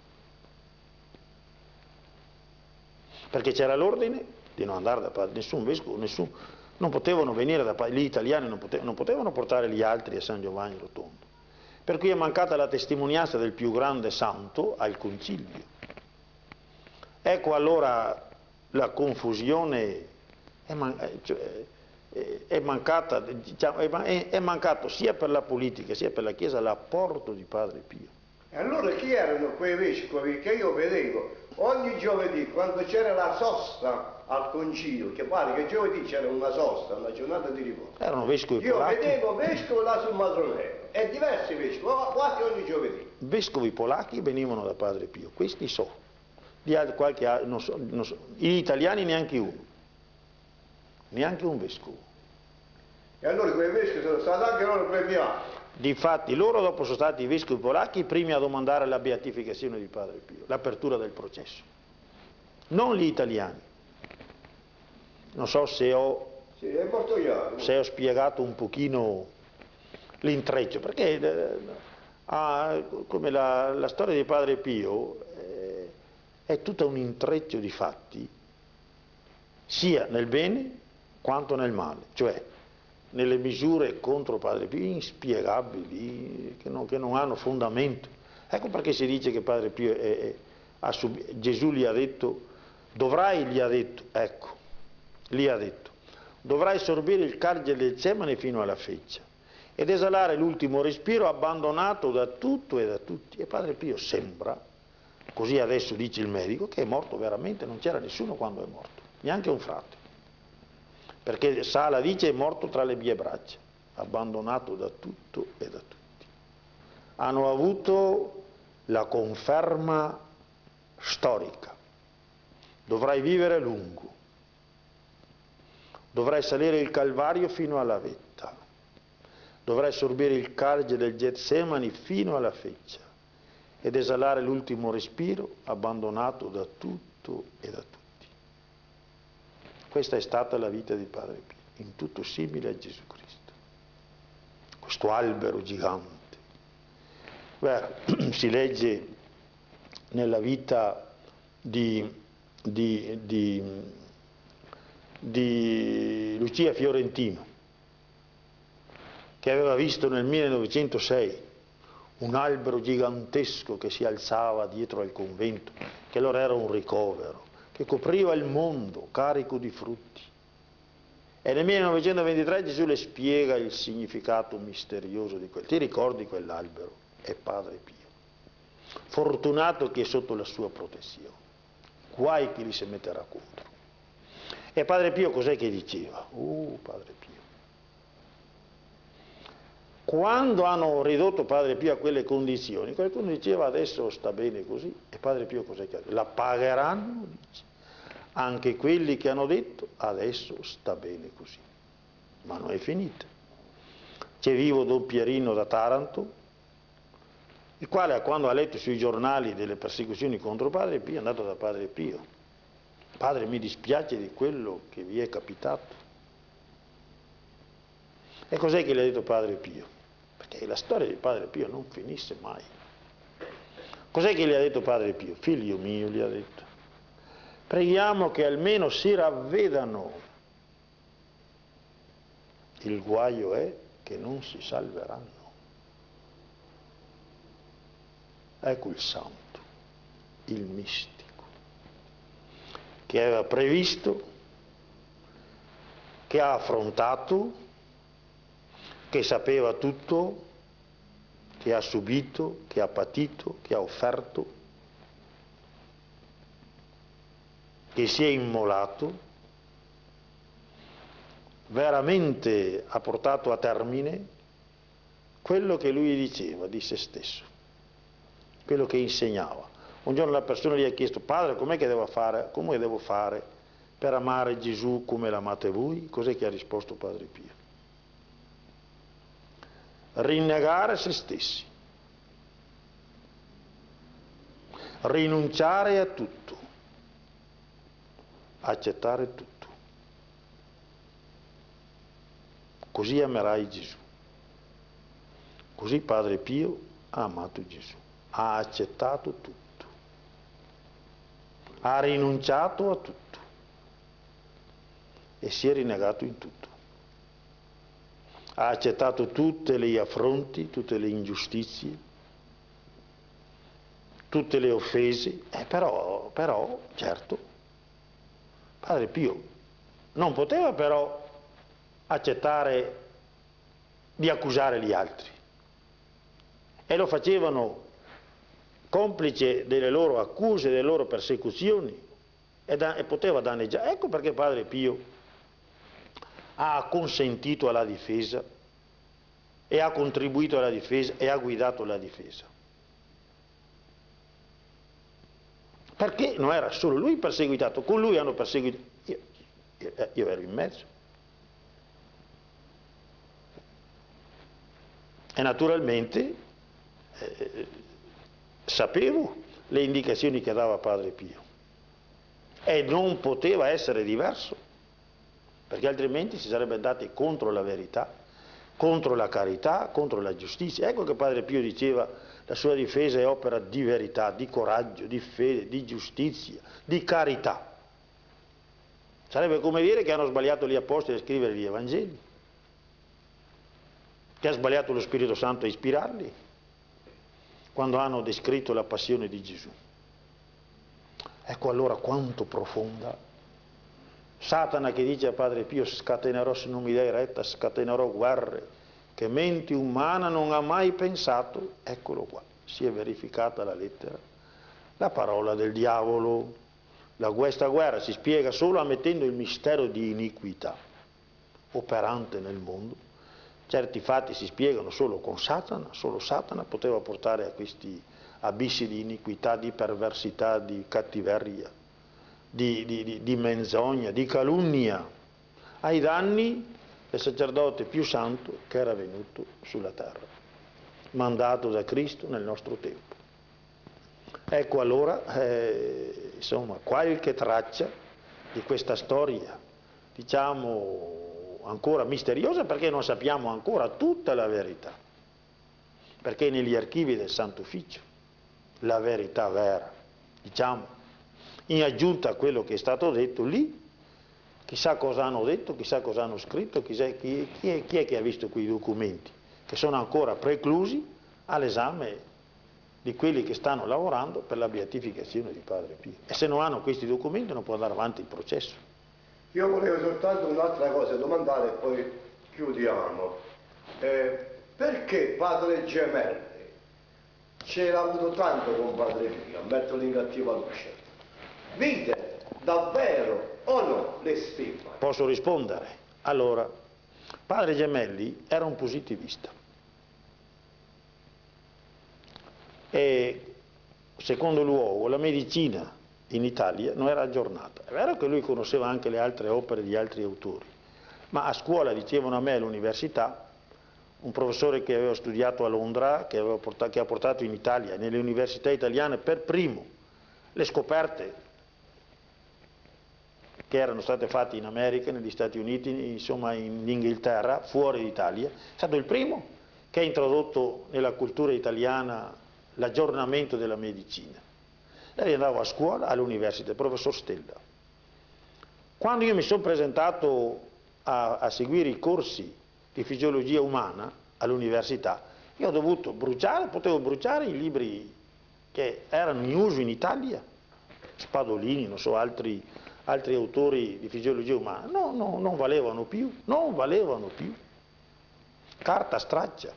Perché c'era l'ordine di non andare da Padre, nessun vescovo, non potevano venire da Padre, gli italiani non potevano portare gli altri a San Giovanni Rotondo. Per cui è mancata la testimonianza del più grande santo al concilio. Ecco allora la confusione è mancata, diciamo, è mancato sia per la politica sia per la Chiesa l'apporto di Padre Pio. E allora chi erano quei vescovi che io vedevo ogni giovedì quando c'era la sosta al concilio, che pare che giovedì c'era una sosta, una giornata di riposo? Erano vescovi io polacchi. Io vedevo vescovi là sul Madronello e diversi vescovi, quasi ogni giovedì. Vescovi polacchi venivano da Padre Pio, questi so. Di qualche altro, non so, gli italiani neanche uno, neanche un vescovo. E allora quei vescovi sono stati anche loro premiati. Difatti loro dopo sono stati i vescovi polacchi i primi a domandare la beatificazione di Padre Pio, l'apertura del processo, non gli italiani. Non so se ho, se ho spiegato un pochino l'intreccio, perché come la storia di Padre Pio è tutto un intreccio di fatti, sia nel bene quanto nel male, cioè nelle misure contro Padre Pio inspiegabili, che non hanno fondamento. Ecco perché si dice che Padre Pio Gesù gli ha detto, gli ha detto, dovrai sorbire il cardige del Getsemani fino alla feccia ed esalare l'ultimo respiro abbandonato da tutto e da tutti. E Padre Pio sembra, così adesso dice il medico, che è morto veramente, non c'era nessuno quando è morto, neanche un frate. Perché Sala dice è morto tra le mie braccia, abbandonato da tutto e da tutti. Hanno avuto la conferma storica. Dovrai vivere a lungo, dovrai salire il Calvario fino alla vetta, dovrai sorbire il cardige del Getsemani fino alla feccia ed esalare l'ultimo respiro abbandonato da tutto e da tutti. Questa è stata la vita di Padre Pio, in tutto simile a Gesù Cristo. Questo albero gigante. Beh, si legge nella vita di Lucia Fiorentino, che aveva visto nel 1906 un albero gigantesco che si alzava dietro al convento, che allora era un ricovero, che copriva il mondo carico di frutti. E nel 1923 Gesù le spiega il significato misterioso di quel. Ti ricordi quell'albero? È Padre Pio. Fortunato chi è sotto la sua protezione, guai chi li si metterà contro. E Padre Pio cos'è che diceva? Padre Pio. Quando hanno ridotto Padre Pio a quelle condizioni, qualcuno diceva adesso sta bene così, e Padre Pio cos'è che ha detto? La pagheranno, dice, anche quelli che hanno detto adesso sta bene così. Ma non è finita. C'è vivo Don Pierino da Taranto, il quale quando ha letto sui giornali delle persecuzioni contro Padre Pio è andato da Padre Pio. Padre, mi dispiace di quello che vi è capitato. E cos'è che gli ha detto Padre Pio? Perché la storia di Padre Pio non finisse mai. Cos'è che gli ha detto Padre Pio? Figlio mio, gli ha detto, preghiamo che almeno si ravvedano. Il guaio è che non si salveranno. Ecco il santo, il mistico, che aveva previsto, che ha affrontato, che sapeva tutto, che ha subito, che ha patito, che ha offerto, che si è immolato, veramente ha portato a termine quello che lui diceva di se stesso, quello che insegnava. Un giorno la persona gli ha chiesto: padre, com'è che devo fare, come devo fare per amare Gesù come l'amate voi? Cos'è che ha risposto Padre Pio? Rinnegare se stessi, rinunciare a tutto, accettare tutto. Così amerai Gesù. Così Padre Pio ha amato Gesù, ha accettato tutto, ha rinunciato a tutto e si è rinnegato in tutto. Ha accettato tutte le affronti, tutte le ingiustizie, tutte le offese, però, certo, Padre Pio non poteva però accettare di accusare gli altri, e lo facevano complice delle loro accuse, delle loro persecuzioni, e poteva danneggiare. Ecco perché Padre Pio ha consentito alla difesa e ha contribuito alla difesa e ha guidato la difesa. Perché non era solo lui perseguitato, con lui hanno perseguitato, io ero in mezzo. E naturalmente sapevo le indicazioni che dava Padre Pio e non poteva essere diverso, perché altrimenti si sarebbe andati contro la verità, contro la carità, contro la giustizia. Ecco che Padre Pio diceva: la sua difesa è opera di verità, di coraggio, di fede, di giustizia, di carità. Sarebbe come dire che hanno sbagliato gli apostoli a scrivere gli Evangeli, che ha sbagliato lo Spirito Santo a ispirarli quando hanno descritto la passione di Gesù. Ecco allora quanto profonda. Satana che dice a Padre Pio: scatenerò, se non mi dai retta, scatenerò guerre che mente umana non ha mai pensato. Eccolo qua, si è verificata la lettera, la parola del diavolo. Questa guerra si spiega solo ammettendo il mistero di iniquità operante nel mondo. Certi fatti si spiegano solo con Satana, solo Satana poteva portare a questi abissi di iniquità, di perversità, di cattiveria, di menzogna, di calunnia, ai danni del sacerdote più santo che era venuto sulla terra, mandato da Cristo nel nostro tempo. Ecco allora, insomma, qualche traccia di questa storia, diciamo, ancora misteriosa, perché non sappiamo ancora tutta la verità, perché negli archivi del Santo Ufficio la verità vera, diciamo, in aggiunta a quello che è stato detto lì, chissà cosa hanno detto, chissà cosa hanno scritto, chi è che ha visto quei documenti, che sono ancora preclusi all'esame di quelli che stanno lavorando per la beatificazione di Padre Pio. E se non hanno questi documenti non può andare avanti il processo. Io volevo soltanto un'altra cosa domandare e poi chiudiamo. Perché Padre Gemelli c'era avuto tanto con Padre Pio a metterlo in cattiva luce? Vide davvero o no le stime? Posso rispondere? Allora, Padre Gemelli era un positivista e, secondo luogo, la medicina in Italia non era aggiornata. È vero che lui conosceva anche le altre opere di altri autori, ma a scuola, dicevano a me all'università, un professore che aveva studiato a Londra, che ha portato in Italia, nelle università italiane per primo, le scoperte che erano state fatte in America, negli Stati Uniti, insomma in Inghilterra, fuori d'Italia. È stato il primo che ha introdotto nella cultura italiana l'aggiornamento della medicina. Lei andava a scuola all'università, il professor Stella. Quando io mi sono presentato a seguire i corsi di fisiologia umana all'università, io ho dovuto bruciare, potevo bruciare i libri che erano in uso in Italia, Spadolini, non so, altri autori di fisiologia umana, no, non valevano più, carta straccia.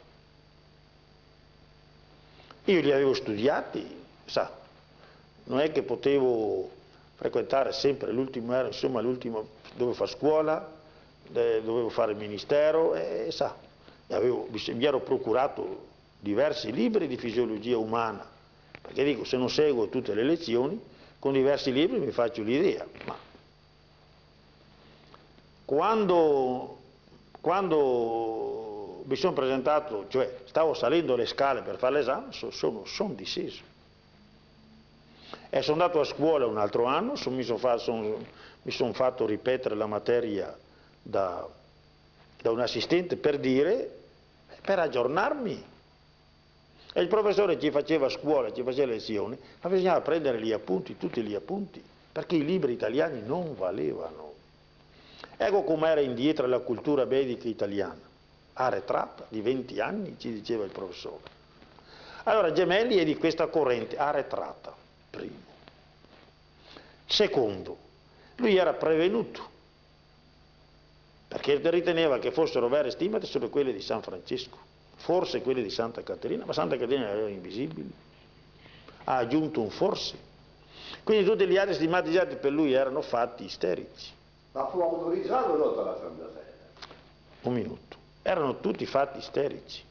Io li avevo studiati, sa, non è che potevo frequentare sempre l'ultimo, insomma l'ultimo, dovevo fare scuola, dovevo fare il ministero, sa, mi ero procurato diversi libri di fisiologia umana, perché dico, se non seguo tutte le lezioni, con diversi libri mi faccio l'idea. Ma quando mi sono presentato, cioè stavo salendo le scale per fare l'esame, sono disceso. E sono andato a scuola un altro anno, mi sono fatto ripetere la materia da un assistente per aggiornarmi. E il professore ci faceva scuola, ci faceva lezioni, ma bisognava prendere gli appunti, tutti gli appunti, perché i libri italiani non valevano. Ecco com'era indietro la cultura medica italiana, arretrata di 20 anni, ci diceva il professore. Allora Gemelli è di questa corrente, arretrata, primo. Secondo, lui era prevenuto, perché riteneva che fossero vere stimate solo quelle di San Francesco, forse quelle di Santa Caterina, ma Santa Caterina erano invisibili. Ha aggiunto un forse. Quindi tutti gli altri stigmatizzati per lui erano fatti isterici. Ma fu autorizzato o no dalla Santa Sede? Un minuto. Erano tutti fatti isterici.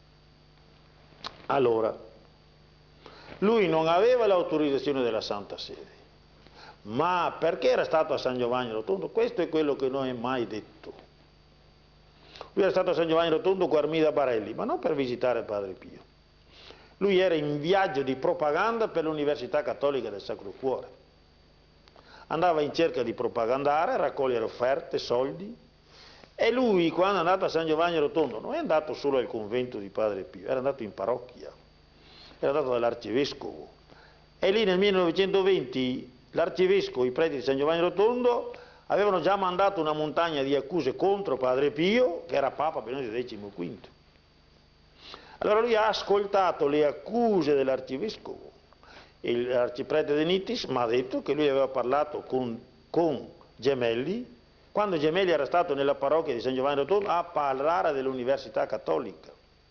Allora, lui non aveva l'autorizzazione della Santa Sede, ma perché era stato a San Giovanni Rotondo? Questo è quello che non è mai detto. Lui era stato a San Giovanni Rotondo con Armida Barelli, ma non per visitare Padre Pio. Lui era in viaggio di propaganda per l'Università Cattolica del Sacro Cuore. Andava in cerca di propagandare, raccogliere offerte, soldi, e lui, quando è andato a San Giovanni Rotondo, non è andato solo al convento di Padre Pio, era andato in parrocchia, era andato dall'arcivescovo. E lì nel 1920 l'arcivescovo, i preti di San Giovanni Rotondo, avevano già mandato una montagna di accuse contro Padre Pio, che era Papa Benedetto XV. Allora lui ha ascoltato le accuse dell'arcivescovo. L'arciprete De Nittis mi ha detto che lui aveva parlato con Gemelli, quando Gemelli era stato nella parrocchia di San Giovanni Rotondo a parlare dell'Università Cattolica.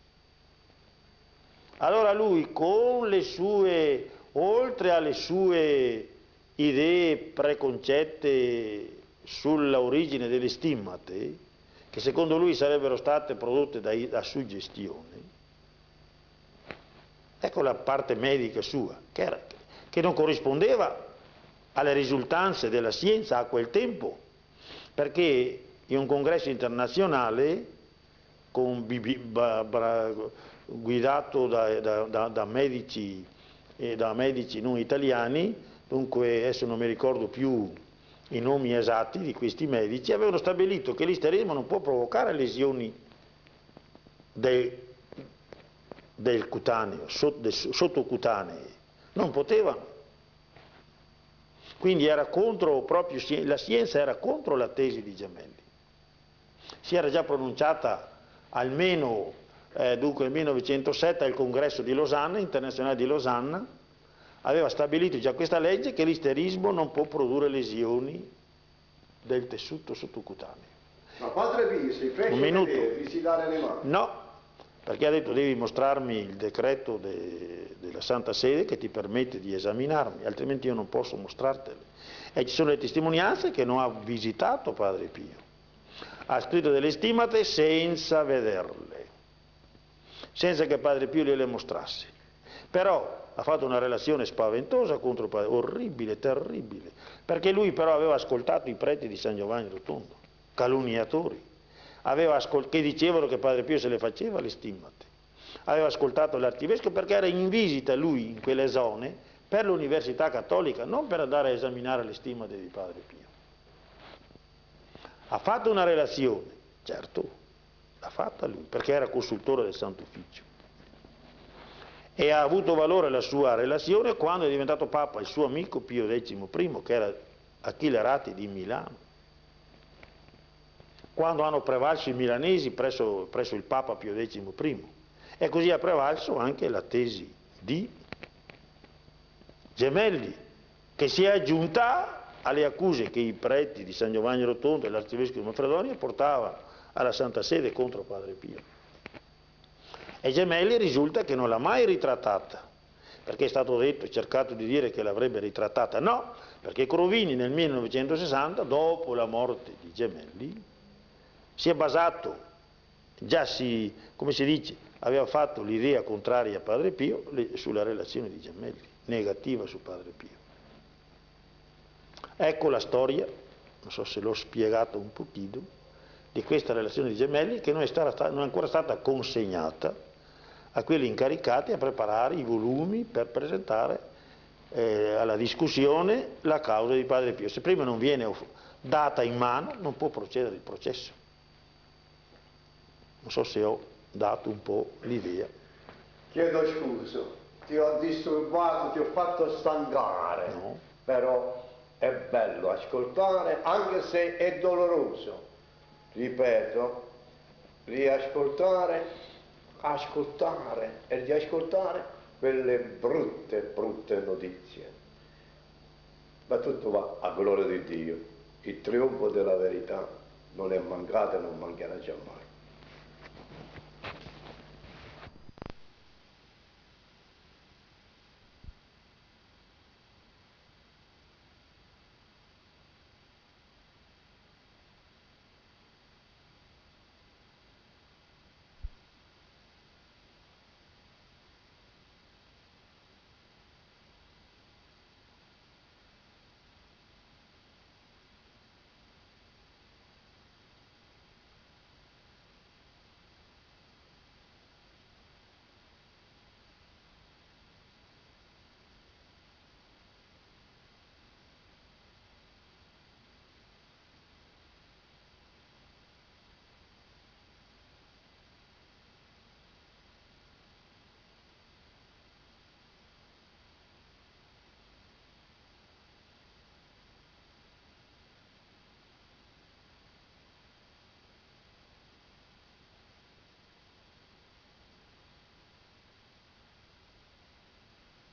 Allora lui, con le sue, oltre alle sue idee preconcette sulla origine delle stimmate, che secondo lui sarebbero state prodotte da suggestione, ecco la parte medica sua, che non corrispondeva alle risultanze della scienza a quel tempo, perché in un congresso internazionale guidato da medici non italiani, dunque adesso non mi ricordo più i nomi esatti di questi medici, avevano stabilito che l'isterismo non può provocare lesioni del cutaneo, sottocutanee, non potevano. Quindi era contro, proprio la scienza era contro la tesi di Gemelli. Si era già pronunciata almeno dunque nel 1907 al congresso di Losanna, internazionale di Losanna, aveva stabilito già questa legge che l'isterismo non può produrre lesioni del tessuto sottocutaneo. Ma Padre Pio si fece vedere, visitare le mani? No, perché ha detto devi mostrarmi il decreto della Santa Sede che ti permette di esaminarmi, altrimenti io non posso mostrartele. E ci sono le testimonianze che non ha visitato Padre Pio. Ha scritto delle stimate senza vederle, senza che Padre Pio gliele mostrasse. Però ha fatto una relazione spaventosa contro Padre, orribile, terribile, perché lui però aveva ascoltato i preti di San Giovanni Rotondo, calunniatori, che dicevano che Padre Pio se le faceva le stimmate. Aveva ascoltato l'arcivescovo perché era in visita lui in quelle zone per l'Università Cattolica, non per andare a esaminare le stimmate di Padre Pio. Ha fatto una relazione, certo, l'ha fatta lui, perché era consultore del Santo Ufficio. E ha avuto valore la sua relazione quando è diventato Papa il suo amico Pio XI, che era Achille Ratti di Milano. Quando hanno prevalso i milanesi presso il Papa Pio XI. E così ha prevalso anche la tesi di Gemelli, che si è aggiunta alle accuse che i preti di San Giovanni Rotondo e l'arcivescovo di Manfredonia portavano alla Santa Sede contro Padre Pio. E Gemelli risulta che non l'ha mai ritrattata, perché è stato detto, cercato di dire che l'avrebbe ritrattata. No, perché Crovini nel 1960, dopo la morte di Gemelli, si è basato, come si dice, aveva fatto l'idea contraria a Padre Pio sulla relazione di Gemelli, negativa su Padre Pio. Ecco la storia, non so se l'ho spiegata un pochino, di questa relazione di Gemelli che non è ancora stata consegnata a quelli incaricati a preparare i volumi per presentare alla discussione la causa di Padre Pio. Se prima non viene data in mano non può procedere il processo. Non so se ho dato un po' l'idea. Chiedo scusa, ti ho disturbato, ti ho fatto stancare, No. però è bello ascoltare anche se è doloroso. Ripeto, riascoltare, ascoltare e riascoltare quelle brutte notizie. Ma tutto va a gloria di Dio. Il trionfo della verità non è mancato e non mancherà giammai.